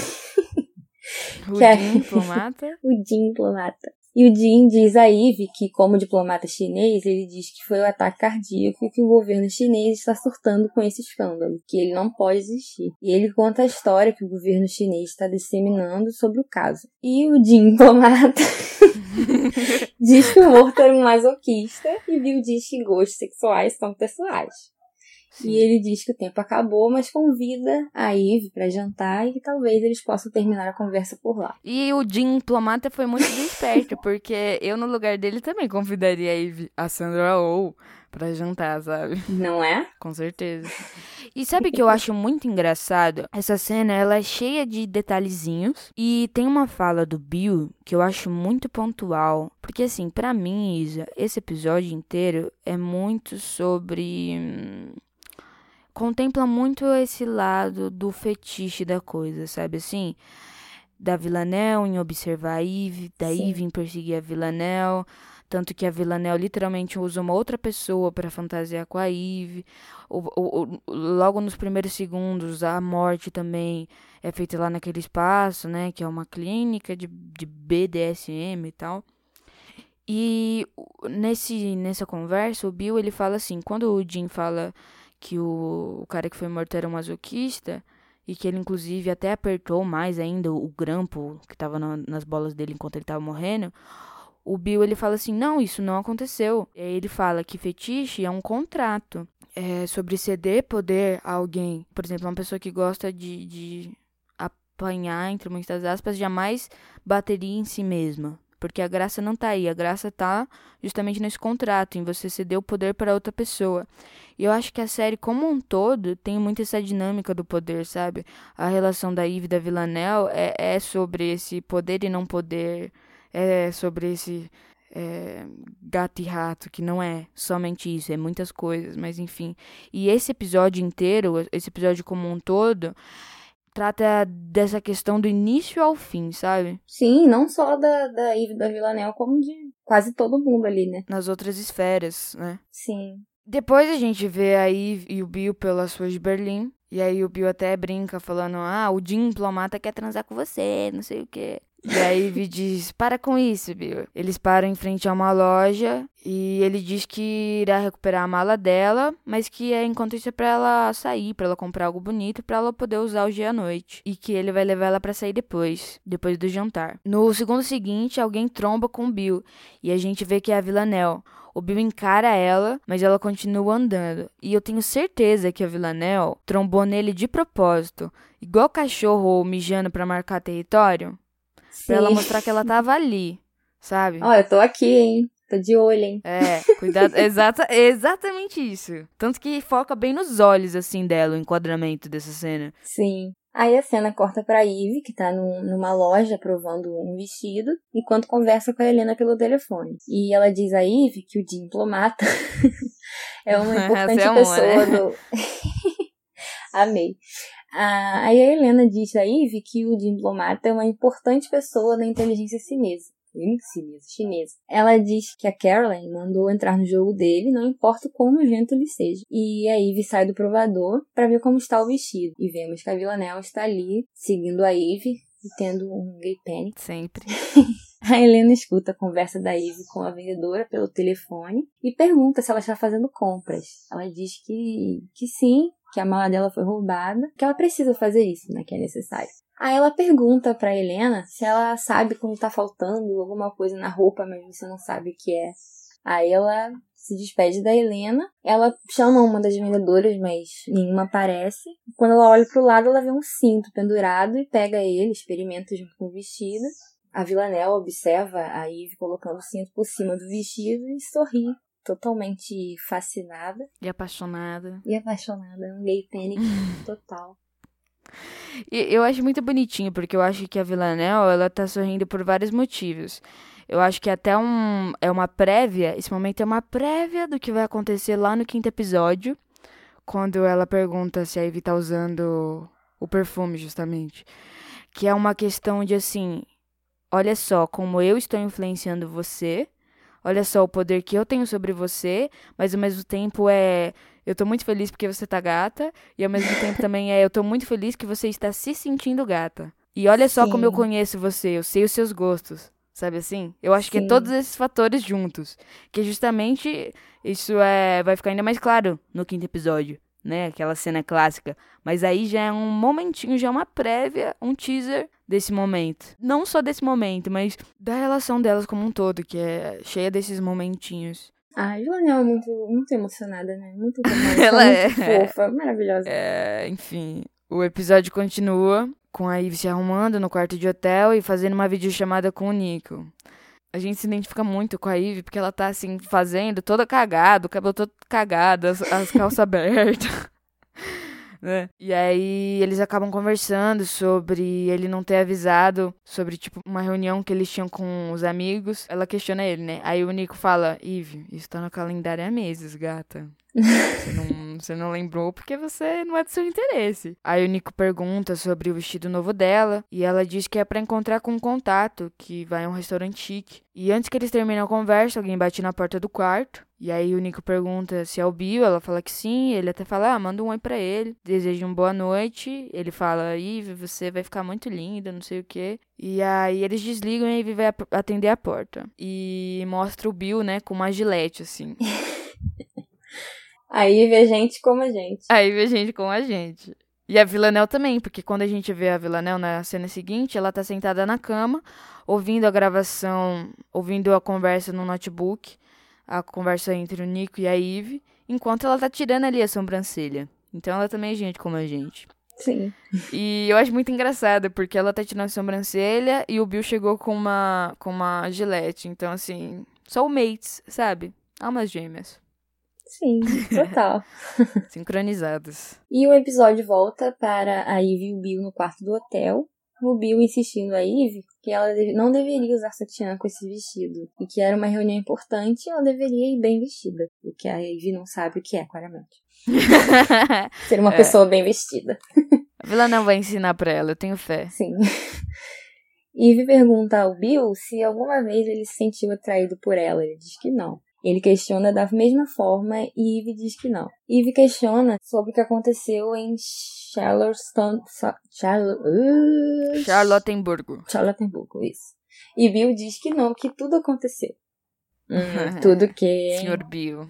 O Jim diplomata? O Jim diplomata. E o Jim diz a Eve que, como diplomata chinês, ele diz que foi o ataque cardíaco e que o governo chinês está surtando com esse escândalo, que ele não pode existir. E ele conta a história que o governo chinês está disseminando sobre o caso. E o Jim diplomata diz que o morto era um masoquista e Bill diz que gostos sexuais são pessoais. Sim. E ele diz que o tempo acabou, mas convida a Eve para jantar e que talvez eles possam terminar a conversa por lá. E o Jim diplomata foi muito esperto, porque eu no lugar dele também convidaria a Eve, a Sandra Oh pra jantar, sabe? Não é? Com certeza. E sabe o que eu acho muito engraçado? Essa cena, ela é cheia de detalhezinhos e tem uma fala do Bill que eu acho muito pontual. Porque assim, pra mim, Isa, esse episódio inteiro é muito sobre... contempla muito esse lado do fetiche da coisa, sabe assim? Da Villanelle em observar a Eve, da Sim. Eve em perseguir a Villanelle, tanto que a Villanelle literalmente usa uma outra pessoa para fantasiar com a Eve. Logo nos primeiros segundos, a morte também é feita lá naquele espaço, né, que é uma clínica de BDSM e tal. E nessa conversa, o Bill, ele fala assim, quando o Jim fala que o cara que foi morto era um masoquista, e que ele, inclusive, até apertou mais ainda o grampo que tava nas bolas dele enquanto ele tava morrendo, o Bill, ele fala assim, não, isso não aconteceu. E aí ele fala que fetiche é um contrato. É sobre ceder poder a alguém. Por exemplo, uma pessoa que gosta de apanhar, entre muitas aspas, jamais bateria em si mesma. Porque a graça não tá aí. A graça tá justamente nesse contrato, em você ceder o poder para outra pessoa. E eu acho que a série como um todo tem muito essa dinâmica do poder, sabe? A relação da Eve e da Villanelle é sobre esse poder e não poder. É sobre esse gato e rato, que não é somente isso, é muitas coisas, mas enfim. E esse episódio inteiro, esse episódio como um todo, trata dessa questão do início ao fim, sabe? Sim, não só da Eve da Villanelle, como de quase todo mundo ali, né? Nas outras esferas, né? Sim. Depois a gente vê a Eve e o Bill pelas ruas de Berlim. E aí o Bill até brinca, falando, o Jim diplomata quer transar com você, não sei o quê. E a Eve diz, para com isso, Bill. Eles param em frente a uma loja e ele diz que irá recuperar a mala dela, mas que enquanto isso é pra ela sair, pra ela comprar algo bonito, pra ela poder usar hoje à noite. E que ele vai levar ela pra sair depois do jantar. No segundo seguinte, alguém tromba com o Bill e a gente vê que é a Villanelle. O Bill encara ela, mas ela continua andando. E eu tenho certeza que a Villanelle trombou nele de propósito, igual cachorro mijando pra marcar território. Sim. Pra ela mostrar que ela tava ali, sabe? Ó, eu tô aqui, hein? Tô de olho, hein? Cuidado. Exatamente isso. Tanto que foca bem nos olhos, assim, dela, o enquadramento dessa cena. Sim. Aí a cena corta pra Eve, que tá numa loja provando um vestido, enquanto conversa com a Helena pelo telefone. E ela diz a Eve que o diplomata é uma importante pessoa, né? Amei. Aí a Helena diz a Eve que o diplomata é uma importante pessoa da inteligência chinesa. Ela diz que a Caroline mandou entrar no jogo dele, não importa o quão nojento ele seja. E a Eve sai do provador pra ver como está o vestido. E vemos que a Villanelle está ali, seguindo a Eve e tendo um gay panic. Sempre. A Helena escuta a conversa da Eve com a vendedora pelo telefone e pergunta se ela está fazendo compras. Ela diz que sim, que a mala dela foi roubada, que ela precisa fazer isso, né, que é necessário. Aí ela pergunta pra Helena se ela sabe quando tá faltando alguma coisa na roupa, mas você não sabe o que é. Aí ela se despede da Helena, ela chama uma das vendedoras, mas nenhuma aparece. Quando ela olha pro lado, ela vê um cinto pendurado e pega ele, experimenta junto com o vestido. A Villanelle observa a Eve colocando o cinto por cima do vestido e sorri, totalmente fascinada. E apaixonada. Um gay panic total. E eu acho muito bonitinho, porque eu acho que a Villanelle, ela tá sorrindo por vários motivos. Eu acho que até é uma prévia, esse momento é uma prévia do que vai acontecer lá no 5º episódio, quando ela pergunta se a Eve tá usando o perfume, justamente. Que é uma questão de assim, olha só como eu estou influenciando você, olha só o poder que eu tenho sobre você, mas ao mesmo tempo eu tô muito feliz porque você tá gata, e ao mesmo tempo também eu tô muito feliz que você está se sentindo gata. E olha só como eu conheço você, eu sei os seus gostos, sabe assim? Eu acho que é todos esses fatores juntos, que justamente isso vai ficar ainda mais claro no 5º episódio, né? Aquela cena clássica. Mas aí já é um momentinho, já é uma prévia, um teaser desse momento. Não só desse momento, mas da relação delas como um todo, que é cheia desses momentinhos. A Villanelle é muito emocionada, né? Muito romântica, ela muito fofa, maravilhosa. Enfim, o episódio continua com a Eve se arrumando no quarto de hotel e fazendo uma videochamada com o Nico. A gente se identifica muito com a Eve porque ela tá assim, fazendo toda cagada, o cabelo todo cagado, as calças abertas. né? E aí eles acabam conversando sobre ele não ter avisado sobre, tipo, uma reunião que eles tinham com os amigos. Ela questiona ele, né? Aí o Nico fala, Eve, isso tá no calendário há meses, gata. Você não lembrou porque você não é do seu interesse. Aí o Nico pergunta sobre o vestido novo dela e ela diz que é pra encontrar com um contato que vai a um restaurante chique. E antes que eles terminem a conversa, alguém bate na porta do quarto. E aí o Nico pergunta se é o Bill, ela fala que sim. Ele até fala, manda um oi pra ele, deseja uma boa noite. Ele fala, Eve, você vai ficar muito linda, não sei o quê. E aí eles desligam e a Eve vai atender a porta. E mostra o Bill, né, com uma gilete, assim. Aí vê gente como a gente. Aí vê gente como a gente. E a Villanelle também, porque quando a gente vê a Villanelle na cena seguinte, ela tá sentada na cama, ouvindo a gravação, ouvindo a conversa no notebook, a conversa entre o Nico e a Eve, enquanto ela tá tirando ali a sobrancelha. Então ela também é gente como a gente. Sim. E eu acho muito engraçado, porque ela tá tirando a sobrancelha e o Bill chegou com uma gilete. Então, assim, soulmates, sabe? Almas gêmeas. Sim, total. Sincronizadas. E o episódio volta para a Eve e o Bill no quarto do hotel. O Bill insistindo a Eve que ela não deveria usar sutiã com esse vestido. E que era uma reunião importante e ela deveria ir bem vestida. O que a Eve não sabe o que é, claramente. Ser uma pessoa bem vestida. A Villanelle vai ensinar pra ela, eu tenho fé. Sim. Eve pergunta ao Bill se alguma vez ele se sentiu atraído por ela. Ele diz que não. Ele questiona da mesma forma e Eve diz que não. Eve questiona sobre o que aconteceu em Charlottenburgo, isso. E Bill diz que não, que tudo aconteceu. Tudo que... Senhor Bill.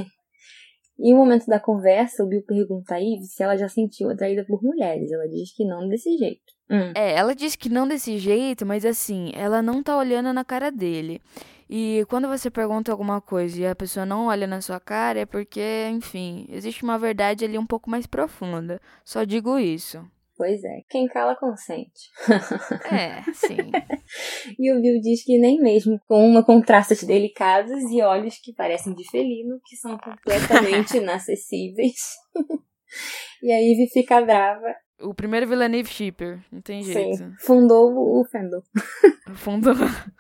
E no momento da conversa, o Bill pergunta a Eve se ela já sentiu atraída por mulheres. Ela diz que não desse jeito. Ela diz que não desse jeito, mas assim, ela não tá olhando na cara dele. E quando você pergunta alguma coisa e a pessoa não olha na sua cara, é porque, enfim, existe uma verdade ali um pouco mais profunda. Só digo isso. Pois é, quem cala consente. Sim. E o Bill diz que nem mesmo com traços delicados e olhos que parecem de felino, que são completamente inacessíveis. E a Eve fica brava. O primeiro Villeneuve shipper, não tem jeito. Sim, fundou o fandom. Fundou.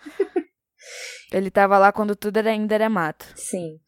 Ele tava lá quando tudo ainda era mato. Sim.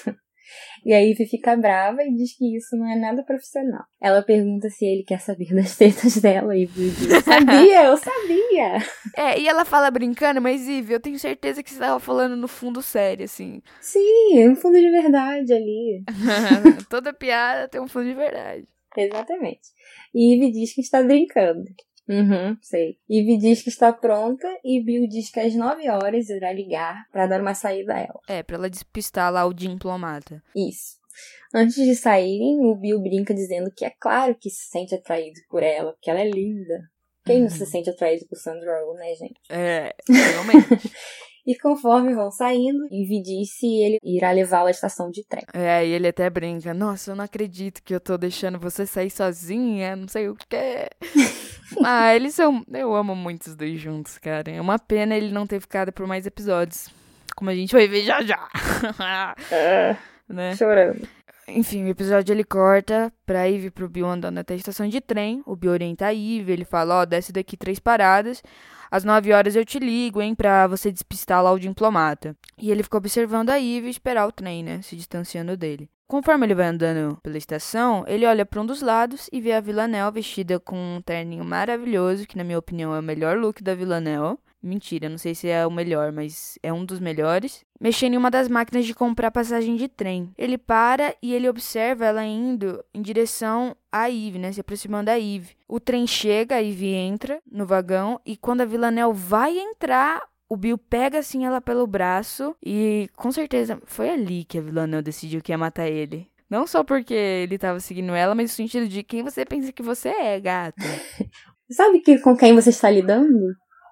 E a Eve fica brava e diz que isso não é nada profissional. Ela pergunta se ele quer saber das tetas dela e Bill diz, eu sabia! E ela fala brincando, mas Eve, eu tenho certeza que você tava falando no fundo sério, assim. Sim, um fundo de verdade ali. Toda piada tem um fundo de verdade. Exatamente. E Eve diz que está brincando. Sei. Eve diz que está pronta e Bill diz que às 9 horas irá ligar para dar uma saída a ela. Pra ela despistar lá o diplomata. Isso. Antes de saírem, o Bill brinca dizendo que é claro que se sente atraído por ela, porque ela é linda. Quem não se sente atraído por Sandra Oh, né, gente? Realmente. E conforme vão saindo, Eve diz se ele irá levá-la à estação de trem. E ele até brinca. Nossa, eu não acredito que eu tô deixando você sair sozinha, não sei o que. Eles são... Eu amo muito os dois juntos, cara. É uma pena ele não ter ficado por mais episódios. Como a gente vai ver já já. Né? Chorando. Enfim, o episódio ele corta pra Eve e pro Bill andando até a estação de trem. O Bill orienta a Eve, ele fala, desce daqui 3 paradas. Às 9 horas eu te ligo, hein, pra você despistar lá o diplomata. E ele fica observando a Eve e esperar o trem, né, se distanciando dele. Conforme ele vai andando pela estação, ele olha para um dos lados e vê a Villanelle vestida com um terninho maravilhoso, que na minha opinião é o melhor look da Villanelle. Mentira, não sei se é o melhor, mas é um dos melhores. Mexendo em uma das máquinas de comprar passagem de trem. Ele para e ele observa ela indo em direção à Eve, né? Se aproximando da Eve. O trem chega, a Eve entra no vagão e quando a Villanelle vai entrar, o Bill pega assim ela pelo braço e com certeza foi ali que a Villanelle decidiu que ia matar ele. Não só porque ele tava seguindo ela, mas no sentido de quem você pensa que você é, gata. Sabe com quem você está lidando?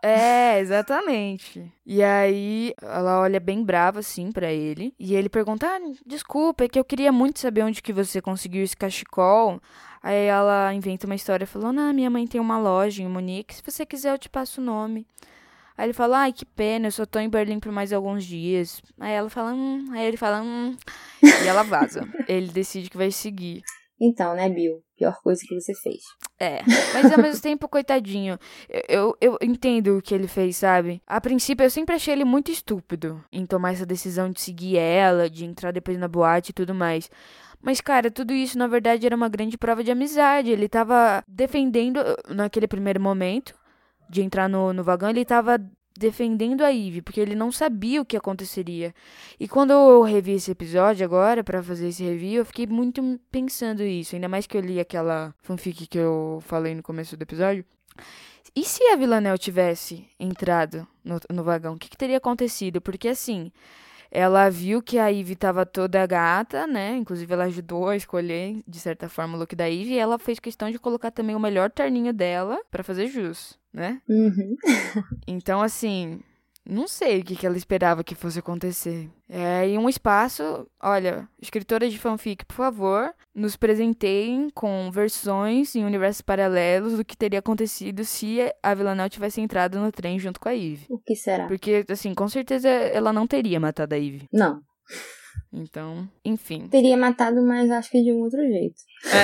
Exatamente. E aí, ela olha bem brava, assim, pra ele. E ele pergunta, desculpa, é que eu queria muito saber onde que você conseguiu esse cachecol. Aí ela inventa uma história, falou, minha mãe tem uma loja em Munique, se você quiser eu te passo o nome. Aí ele fala, ai, que pena, eu só tô em Berlim por mais alguns dias. Aí ela fala, aí ele fala, e ela vaza. Ele decide que vai seguir. Então, né, Bill? Pior coisa que você fez. Mas ao mesmo tempo, coitadinho, eu entendo o que ele fez, sabe? A princípio, eu sempre achei ele muito estúpido em tomar essa decisão de seguir ela, de entrar depois na boate e tudo mais. Mas, cara, tudo isso, na verdade, era uma grande prova de amizade. Ele tava defendendo, naquele primeiro momento de entrar no vagão, ele tava defendendo a Ivy, porque ele não sabia o que aconteceria. E quando eu revi esse episódio agora, pra fazer esse review, eu fiquei muito pensando isso. Ainda mais que eu li aquela fanfic que eu falei no começo do episódio. E se a Villanelle tivesse entrado no vagão, o que teria acontecido? Porque assim, ela viu que a Ivy tava toda gata, né? Inclusive ela ajudou a escolher, de certa forma, o look da Ivy. E ela fez questão de colocar também o melhor terninho dela pra fazer jus, né? Uhum. Então, assim, não sei o que ela esperava que fosse acontecer. Em um espaço, olha, escritoras de fanfic, por favor, nos presenteiem com versões em universos paralelos do que teria acontecido se a Villanelle tivesse entrado no trem junto com a Ivy. O que será? Porque, assim, com certeza ela não teria matado a Ivy. Não. Então, enfim. Teria matado, mas acho que de um outro jeito.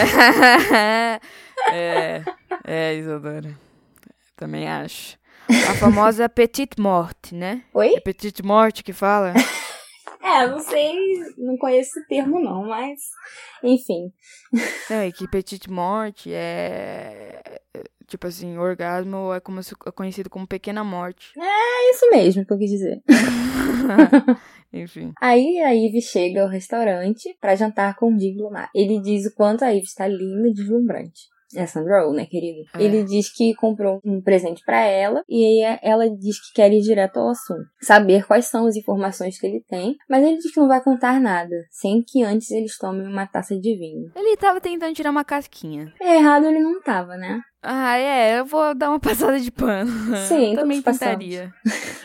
Isadora. Também acho. A famosa Petite Morte, né? Oi? É Petite Morte que fala? Não sei, não conheço esse termo não, mas enfim. Não, é que Petite Morte tipo assim, orgasmo é conhecido como pequena morte. É isso mesmo que eu quis dizer. Enfim. Aí a Ivy chega ao restaurante pra jantar com o diplomata. Ele diz o quanto a Ivy está linda e deslumbrante. É Sandra Oh, né, querido? Ele diz que comprou um presente pra ela e aí ela diz que quer ir direto ao assunto. Saber quais são as informações que ele tem, mas ele diz que não vai contar nada, sem que antes eles tomem uma taça de vinho. Ele tava tentando tirar uma casquinha. Errado ele não tava, né? Eu vou dar uma passada de pano. Sim, também todos tentaria.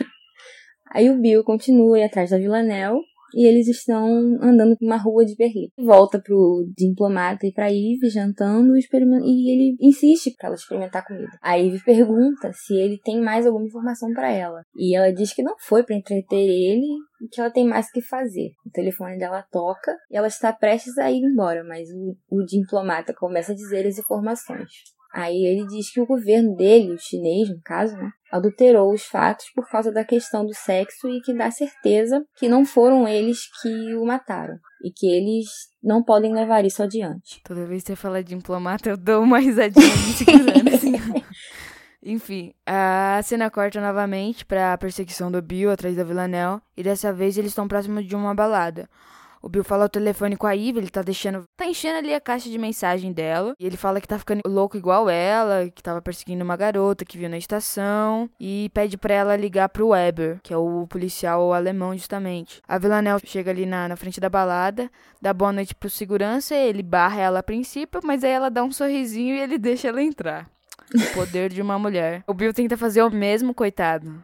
Aí o Bill continua atrás da Villanelle e eles estão andando por uma rua de Berlim. Volta pro diplomata e pra Ivy jantando e ele insiste pra ela experimentar a comida. A Ivy pergunta se ele tem mais alguma informação pra ela. E ela diz que não foi pra entreter ele e que ela tem mais o que fazer. O telefone dela toca e ela está prestes a ir embora, mas o diplomata começa a dizer as informações. Aí ele diz que o governo dele, o chinês no caso, né, adulterou os fatos por causa da questão do sexo e que dá certeza que não foram eles que o mataram. E que eles não podem levar isso adiante. Toda vez que você fala de diplomata, eu dou uma risadinha se quiser, assim. Enfim, a cena corta novamente pra perseguição do Bill atrás da Villanelle. E dessa vez eles estão próximos de uma balada. O Bill fala ao telefone com a Ivy, ele tá enchendo ali a caixa de mensagem dela. E ele fala que tá ficando louco igual ela, que tava perseguindo uma garota que viu na estação. E pede pra ela ligar pro Weber, que é o policial alemão justamente. A Villanelle chega ali na frente da balada, dá boa noite pro segurança, ele barra ela a princípio, mas aí ela dá um sorrisinho e ele deixa ela entrar. O poder de uma mulher. O Bill tenta fazer o mesmo, coitado.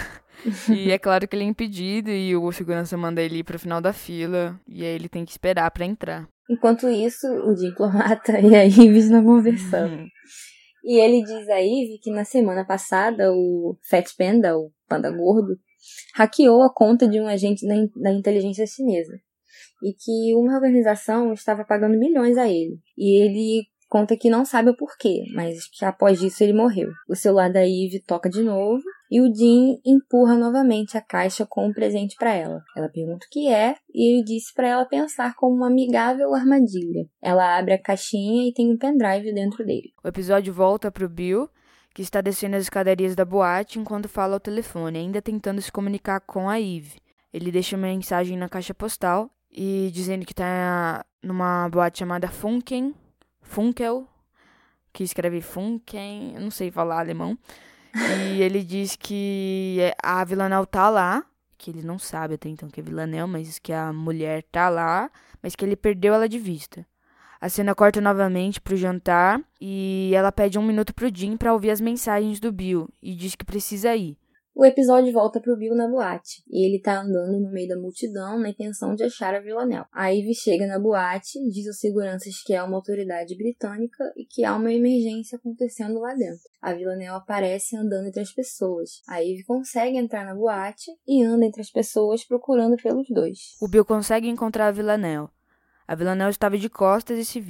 E é claro que ele é impedido e o segurança manda ele ir pro final da fila e aí ele tem que esperar pra entrar. Enquanto isso, o diplomata e a Ivy estão conversando. E ele diz a Ivy que na semana passada o Fat Panda, o panda gordo, hackeou a conta de um agente da inteligência chinesa. E que uma organização estava pagando milhões a ele. E ele conta que não sabe o porquê, mas que após isso ele morreu. O celular da Ivy toca de novo e o Jim empurra novamente a caixa com um presente para ela. Ela pergunta o que é e ele disse para ela pensar como uma amigável armadilha. Ela abre a caixinha e tem um pendrive dentro dele. O episódio volta pro Bill, que está descendo as escadarias da boate enquanto fala ao telefone, ainda tentando se comunicar com a Ivy. Ele deixa uma mensagem na caixa postal e dizendo que tá numa boate chamada Funkel, que escreve Funken, eu não sei falar alemão. E ele diz que a Villanelle tá lá, que ele não sabe até então que é Villanelle, mas que a mulher tá lá, mas que ele perdeu ela de vista. A cena corta novamente pro jantar e ela pede 1 minuto pro Jim pra ouvir as mensagens do Bill e diz que precisa ir. O episódio volta pro Bill na boate, e ele tá andando no meio da multidão na intenção de achar a Villanelle. A Ivy chega na boate, diz aos seguranças que é uma autoridade britânica e que há uma emergência acontecendo lá dentro. A Villanelle aparece andando entre as pessoas. A Ivy consegue entrar na boate e anda entre as pessoas procurando pelos dois. O Bill consegue encontrar a Villanelle. A Villanelle estava de costas e se vira.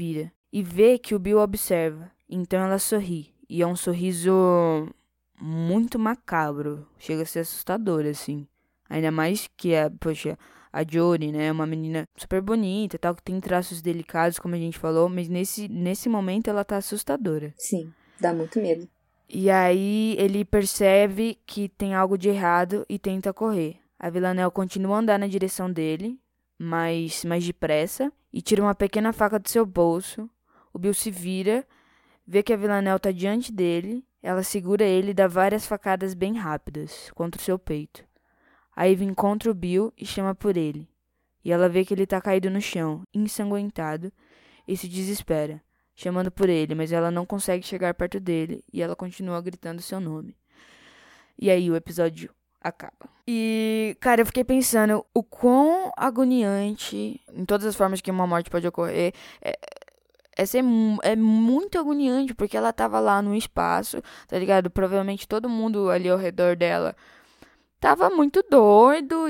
e vê que o Bill observa. Então ela sorri. E é um sorriso muito macabro. Chega a ser assustador, assim. Ainda mais que a Jory, né, é uma menina super bonita e tal, que tem traços delicados, como a gente falou, mas nesse momento ela tá assustadora. Sim, dá muito medo. E aí ele percebe que tem algo de errado e tenta correr. A Villanelle continua a andar na direção dele, mais depressa, e tira uma pequena faca do seu bolso. O Bill se vira, vê que a Villanelle tá diante dele, ela segura ele e dá várias facadas bem rápidas contra o seu peito. A Ivy encontra o Bill e chama por ele. E ela vê que ele tá caído no chão, ensanguentado, e se desespera, chamando por ele, mas ela não consegue chegar perto dele e ela continua gritando seu nome. E aí o episódio acaba. E, cara, eu fiquei pensando o quão agoniante, em todas as formas que uma morte pode ocorrer, é muito agoniante, porque ela tava lá no espaço, tá ligado? Provavelmente todo mundo ali ao redor dela tava muito doido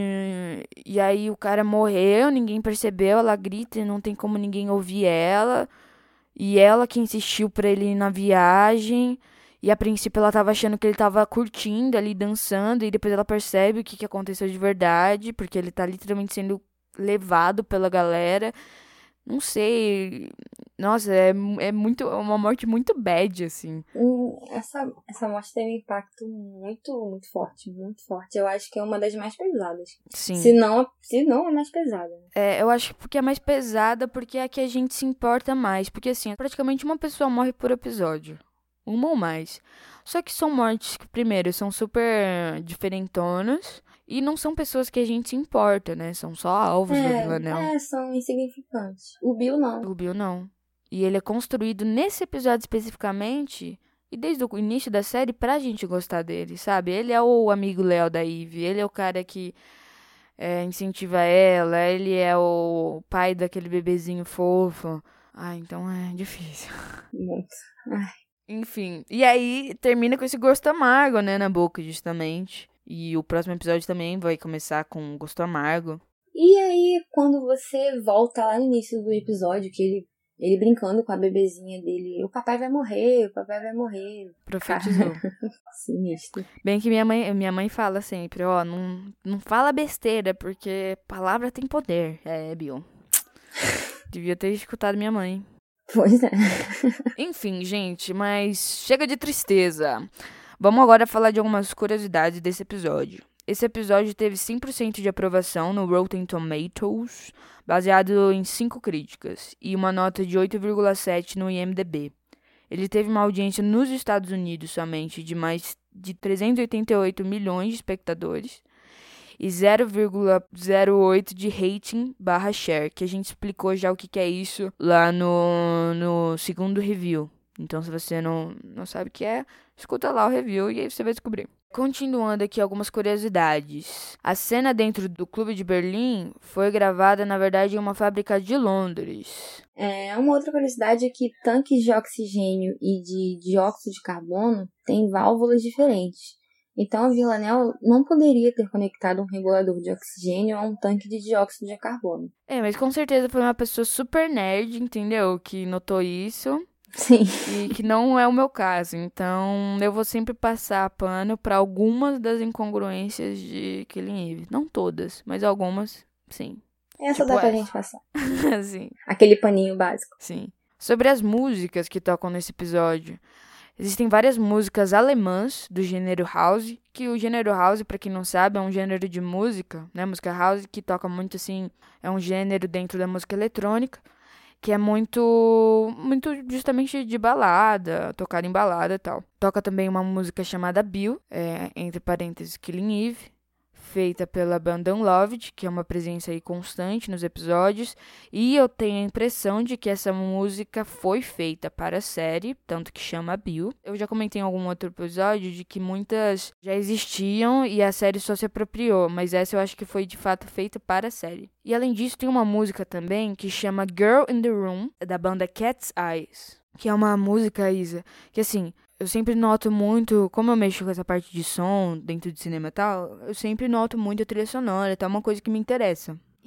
e aí o cara morreu, ninguém percebeu, ela grita e não tem como ninguém ouvir ela. E ela que insistiu pra ele ir na viagem. E a princípio ela tava achando que ele tava curtindo ali, dançando. E depois ela percebe o que aconteceu de verdade, porque ele tá literalmente sendo levado pela galera. Não sei. Nossa, é uma morte muito bad, assim. Essa morte teve um impacto muito, muito forte, muito forte. Eu acho que é uma das mais pesadas. Sim. Se não a mais pesada. Eu acho que é mais pesada porque é a que a gente se importa mais. Porque, assim, praticamente uma pessoa morre por episódio. Uma ou mais. Só que são mortes que, primeiro, são super diferentonas. E não são pessoas que a gente se importa, né? São só alvos da Villanelle. São insignificantes. O Bill não. O Bill não. E ele é construído nesse episódio especificamente, e desde o início da série, pra gente gostar dele, sabe? Ele é o amigo leal da Ivy, ele é o cara que incentiva ela, ele é o pai daquele bebezinho fofo. Então é difícil. Muito. Enfim, e aí termina com esse gosto amargo, né, na boca, justamente. E o próximo episódio também vai começar com gosto amargo. E aí, quando você volta lá no início do episódio, que ele brincando com a bebezinha dele, o papai vai morrer. Profetizou. Sinistro. Bem que minha mãe fala sempre, não fala besteira, porque palavra tem poder. Bill. Devia ter escutado minha mãe. Pois é. Enfim, gente, mas chega de tristeza. Vamos agora falar de algumas curiosidades desse episódio. Esse episódio teve 100% de aprovação no Rotten Tomatoes, baseado em 5 críticas, e uma nota de 8,7 no IMDb. Ele teve uma audiência nos Estados Unidos somente de mais de 388 milhões de espectadores e 0,08 de rating /share, que a gente explicou já o que é isso lá no segundo review. Então, se você não sabe o que é, escuta lá o review e aí você vai descobrir. Continuando aqui algumas curiosidades. A cena dentro do Clube de Berlim foi gravada, na verdade, em uma fábrica de Londres. Uma outra curiosidade é que tanques de oxigênio e de dióxido de carbono têm válvulas diferentes. Então, a Villanelle não poderia ter conectado um regulador de oxigênio a um tanque de dióxido de carbono. Mas com certeza foi uma pessoa super nerd, entendeu? Que notou isso. Sim. E que não é o meu caso. Então, eu vou sempre passar pano para algumas das incongruências de Killing Eve. Não todas, mas algumas, sim. Essa dá pra gente passar. Sim. Aquele paninho básico. Sim. Sobre as músicas que tocam nesse episódio. Existem várias músicas alemãs do gênero house, que o gênero house, pra quem não sabe, é um gênero de música, né? Música house que toca muito assim, é um gênero dentro da música eletrônica, que é muito justamente de balada, tocar em balada e tal. Toca também uma música chamada Bill, entre parênteses Killing Eve, feita pela banda Unloved, que é uma presença aí constante nos episódios, e eu tenho a impressão de que essa música foi feita para a série, tanto que chama Bill. Eu já comentei em algum outro episódio de que muitas já existiam e a série só se apropriou, mas essa eu acho que foi de fato feita para a série. E além disso, tem uma música também que chama Girl in the Room, da banda Cat's Eyes, que é uma música, Isa, que assim, eu sempre noto muito, como eu mexo com essa parte de som dentro de cinema e tal, eu sempre noto muito a trilha sonora, tá? Uma coisa que me interessa.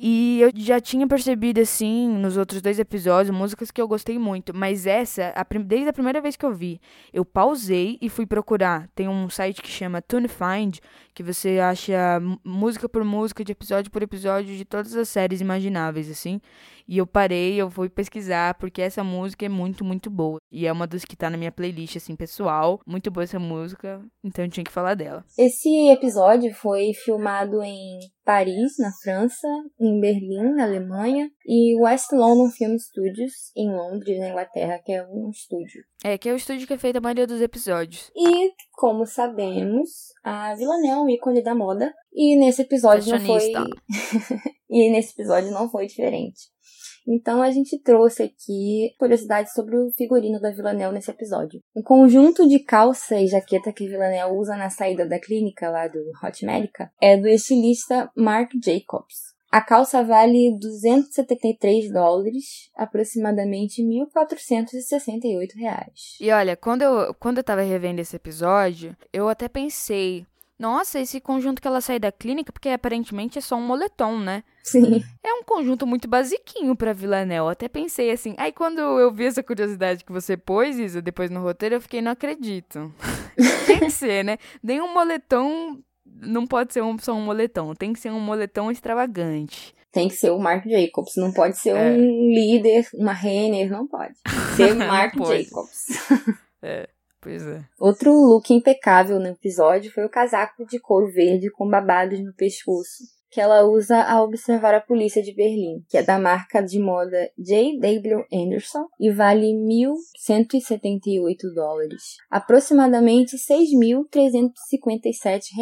E eu já tinha percebido, assim, nos outros 2 episódios, músicas que eu gostei muito. Mas essa, desde a primeira vez que eu vi, eu pausei e fui procurar. Tem um site que chama TuneFind, que você acha música por música, de episódio por episódio, de todas as séries imagináveis, assim. E eu parei, eu fui pesquisar, porque essa música é muito, muito boa. E é uma das que tá na minha playlist, assim, pessoal. Muito boa essa música, então eu tinha que falar dela. Esse episódio foi filmado em Paris, na França, em Berlim, na Alemanha, e West London Film Studios, em Londres, na Inglaterra, que é um estúdio. Que é o estúdio que é feito a maioria dos episódios. E, como sabemos, a Villanelle é um ícone da moda, e nesse episódio não foi... e nesse episódio não foi diferente. Então a gente trouxe aqui curiosidades sobre o figurino da Villanelle nesse episódio. O conjunto de calça e jaqueta que Villanelle usa na saída da clínica lá do Hot Medica é do estilista Marc Jacobs. A calça vale $273, aproximadamente R$1.468. E olha, quando eu tava revendo esse episódio, eu até pensei... Nossa, esse conjunto que ela sai da clínica, porque aparentemente é só um moletom, né? Sim. É um conjunto muito basiquinho pra Villanelle. Eu até pensei assim. Aí quando eu vi essa curiosidade que você pôs, Isa, depois no roteiro, eu fiquei, não acredito. Tem que ser, né? Nem um moletom não pode ser só um moletom. Tem que ser um moletom extravagante. Tem que ser o Marc Jacobs. Não pode ser um líder, uma Renner, não pode. Ser Marc Jacobs. Pois é. Outro look impecável no episódio foi o casaco de couro verde com babados no pescoço, que ela usa ao observar a polícia de Berlim, que é da marca de moda J.W. Anderson e vale $1.178, aproximadamente R$6.357.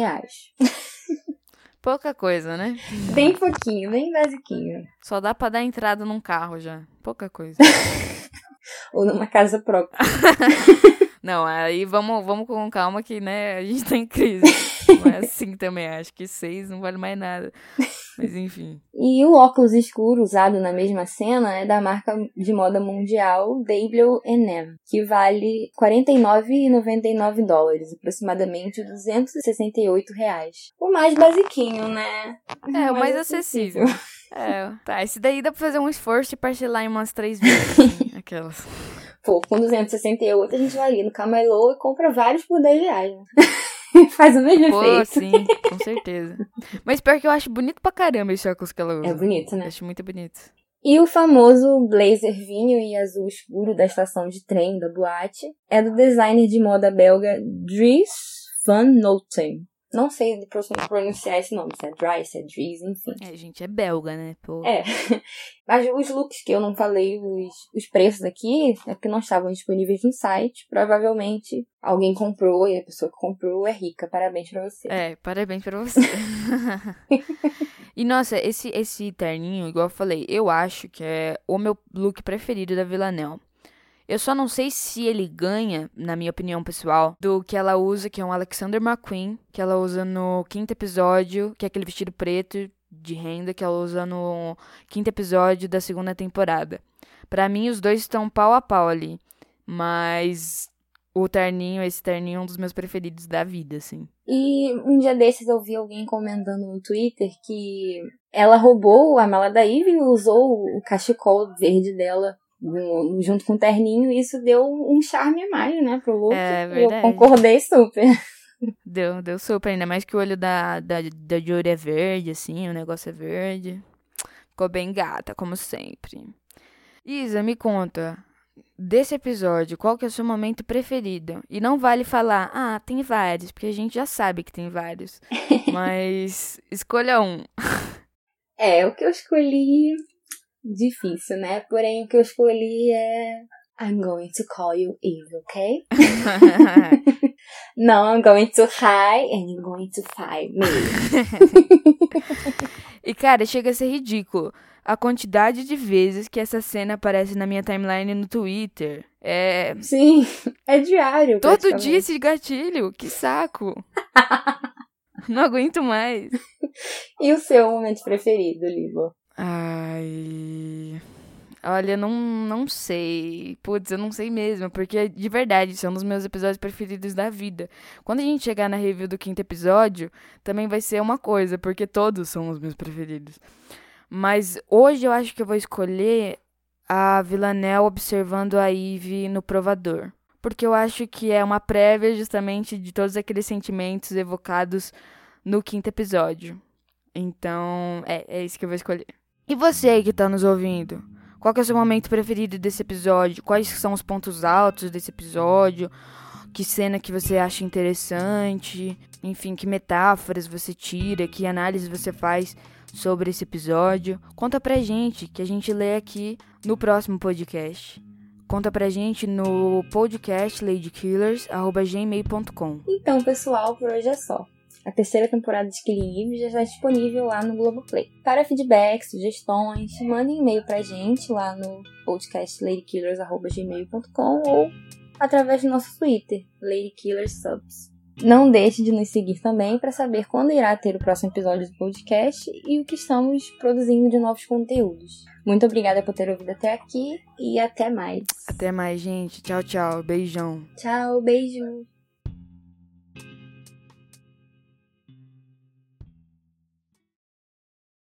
Pouca coisa, né? Bem pouquinho, bem basiquinho. Só dá pra dar entrada num carro já. Pouca coisa. Ou numa casa própria. Não, aí vamos com calma que, né, a gente tá em crise. Não é assim também, acho que 6 não vale mais nada. Mas enfim. E o óculos escuro usado na mesma cena é da marca de moda mundial W&M, que vale $49,99, aproximadamente R$268. O mais basiquinho, né? O mais acessível. Tá, esse daí dá pra fazer um esforço e parcelar em umas 3 vezes, assim, aquelas... Pô, com 268 a gente vai ali no Camelô e compra vários por R$10. Faz o mesmo efeito. Sim, com certeza. Mas pior que eu acho bonito pra caramba esse óculos que ela usa. É bonito, né? Eu acho muito bonito. E o famoso blazer vinho e azul escuro da estação de trem da boate é do designer de moda belga Dries Van Noten. Não sei pronunciar esse nome, se é Dries, se é Dries, enfim. Gente, é belga, né? Pô. Mas os looks que eu não falei, os preços aqui, é porque não estavam disponíveis no site. Provavelmente alguém comprou e a pessoa que comprou é rica. Parabéns pra você. Parabéns pra você. E, nossa, esse terninho, igual eu falei, eu acho que é o meu look preferido da Villanelle. Eu só não sei se ele ganha, na minha opinião pessoal, do que ela usa, que é um Alexander McQueen, que ela usa no 5º episódio, que é aquele vestido preto de renda que ela usa no 5º episódio da 2ª temporada. Pra mim, os dois estão pau a pau ali. Mas esse terninho é um dos meus preferidos da vida, assim. E um dia desses eu vi alguém comentando no Twitter que ela roubou a mala da Eve e usou o cachecol verde dela junto com o terninho, e isso deu um charme a mais, né, pro look. Verdade. Eu concordei super. Deu super, ainda mais que o olho da Jory é verde, assim, o negócio é verde. Ficou bem gata, como sempre. Isa, me conta, desse episódio, qual que é o seu momento preferido? E não vale falar, tem vários, porque a gente já sabe que tem vários. Mas escolha um. O que eu escolhi... Difícil, né? Porém, o que eu escolhi é I'm going to call you Eve, ok? Não, I'm going to high and you're going to fight me. E, cara, chega a ser ridículo a quantidade de vezes que essa cena aparece na minha timeline no Twitter. Sim, é diário. Todo dia esse gatilho, que saco. Não aguento mais. E o seu momento preferido, Lilo? Olha, não sei. Putz, eu não sei mesmo, porque de verdade, são um dos meus episódios preferidos da vida. Quando a gente chegar na review do 5º episódio, também vai ser uma coisa, porque todos são os meus preferidos. Mas hoje eu acho que eu vou escolher a Villanelle observando a Eve no provador. Porque eu acho que é uma prévia justamente de todos aqueles sentimentos evocados no 5º episódio. Então, é isso que eu vou escolher. E você aí que tá nos ouvindo? Qual que é o seu momento preferido desse episódio? Quais são os pontos altos desse episódio? Que cena que você acha interessante? Enfim, que metáforas você tira? Que análise você faz sobre esse episódio? Conta pra gente, que a gente lê aqui no próximo podcast. Conta pra gente no podcast ladykillers@gmail.com. Então, pessoal, por hoje é só. A 3ª temporada de Killing Eve já está disponível lá no Globoplay. Para feedback, sugestões, mandem e-mail pra gente lá no podcast ladykillers@gmail.com ou através do nosso Twitter, ladykillersubs. Não deixe de nos seguir também para saber quando irá ter o próximo episódio do podcast e o que estamos produzindo de novos conteúdos. Muito obrigada por ter ouvido até aqui e até mais. Até mais, gente. Tchau, tchau. Beijão. Tchau, beijo.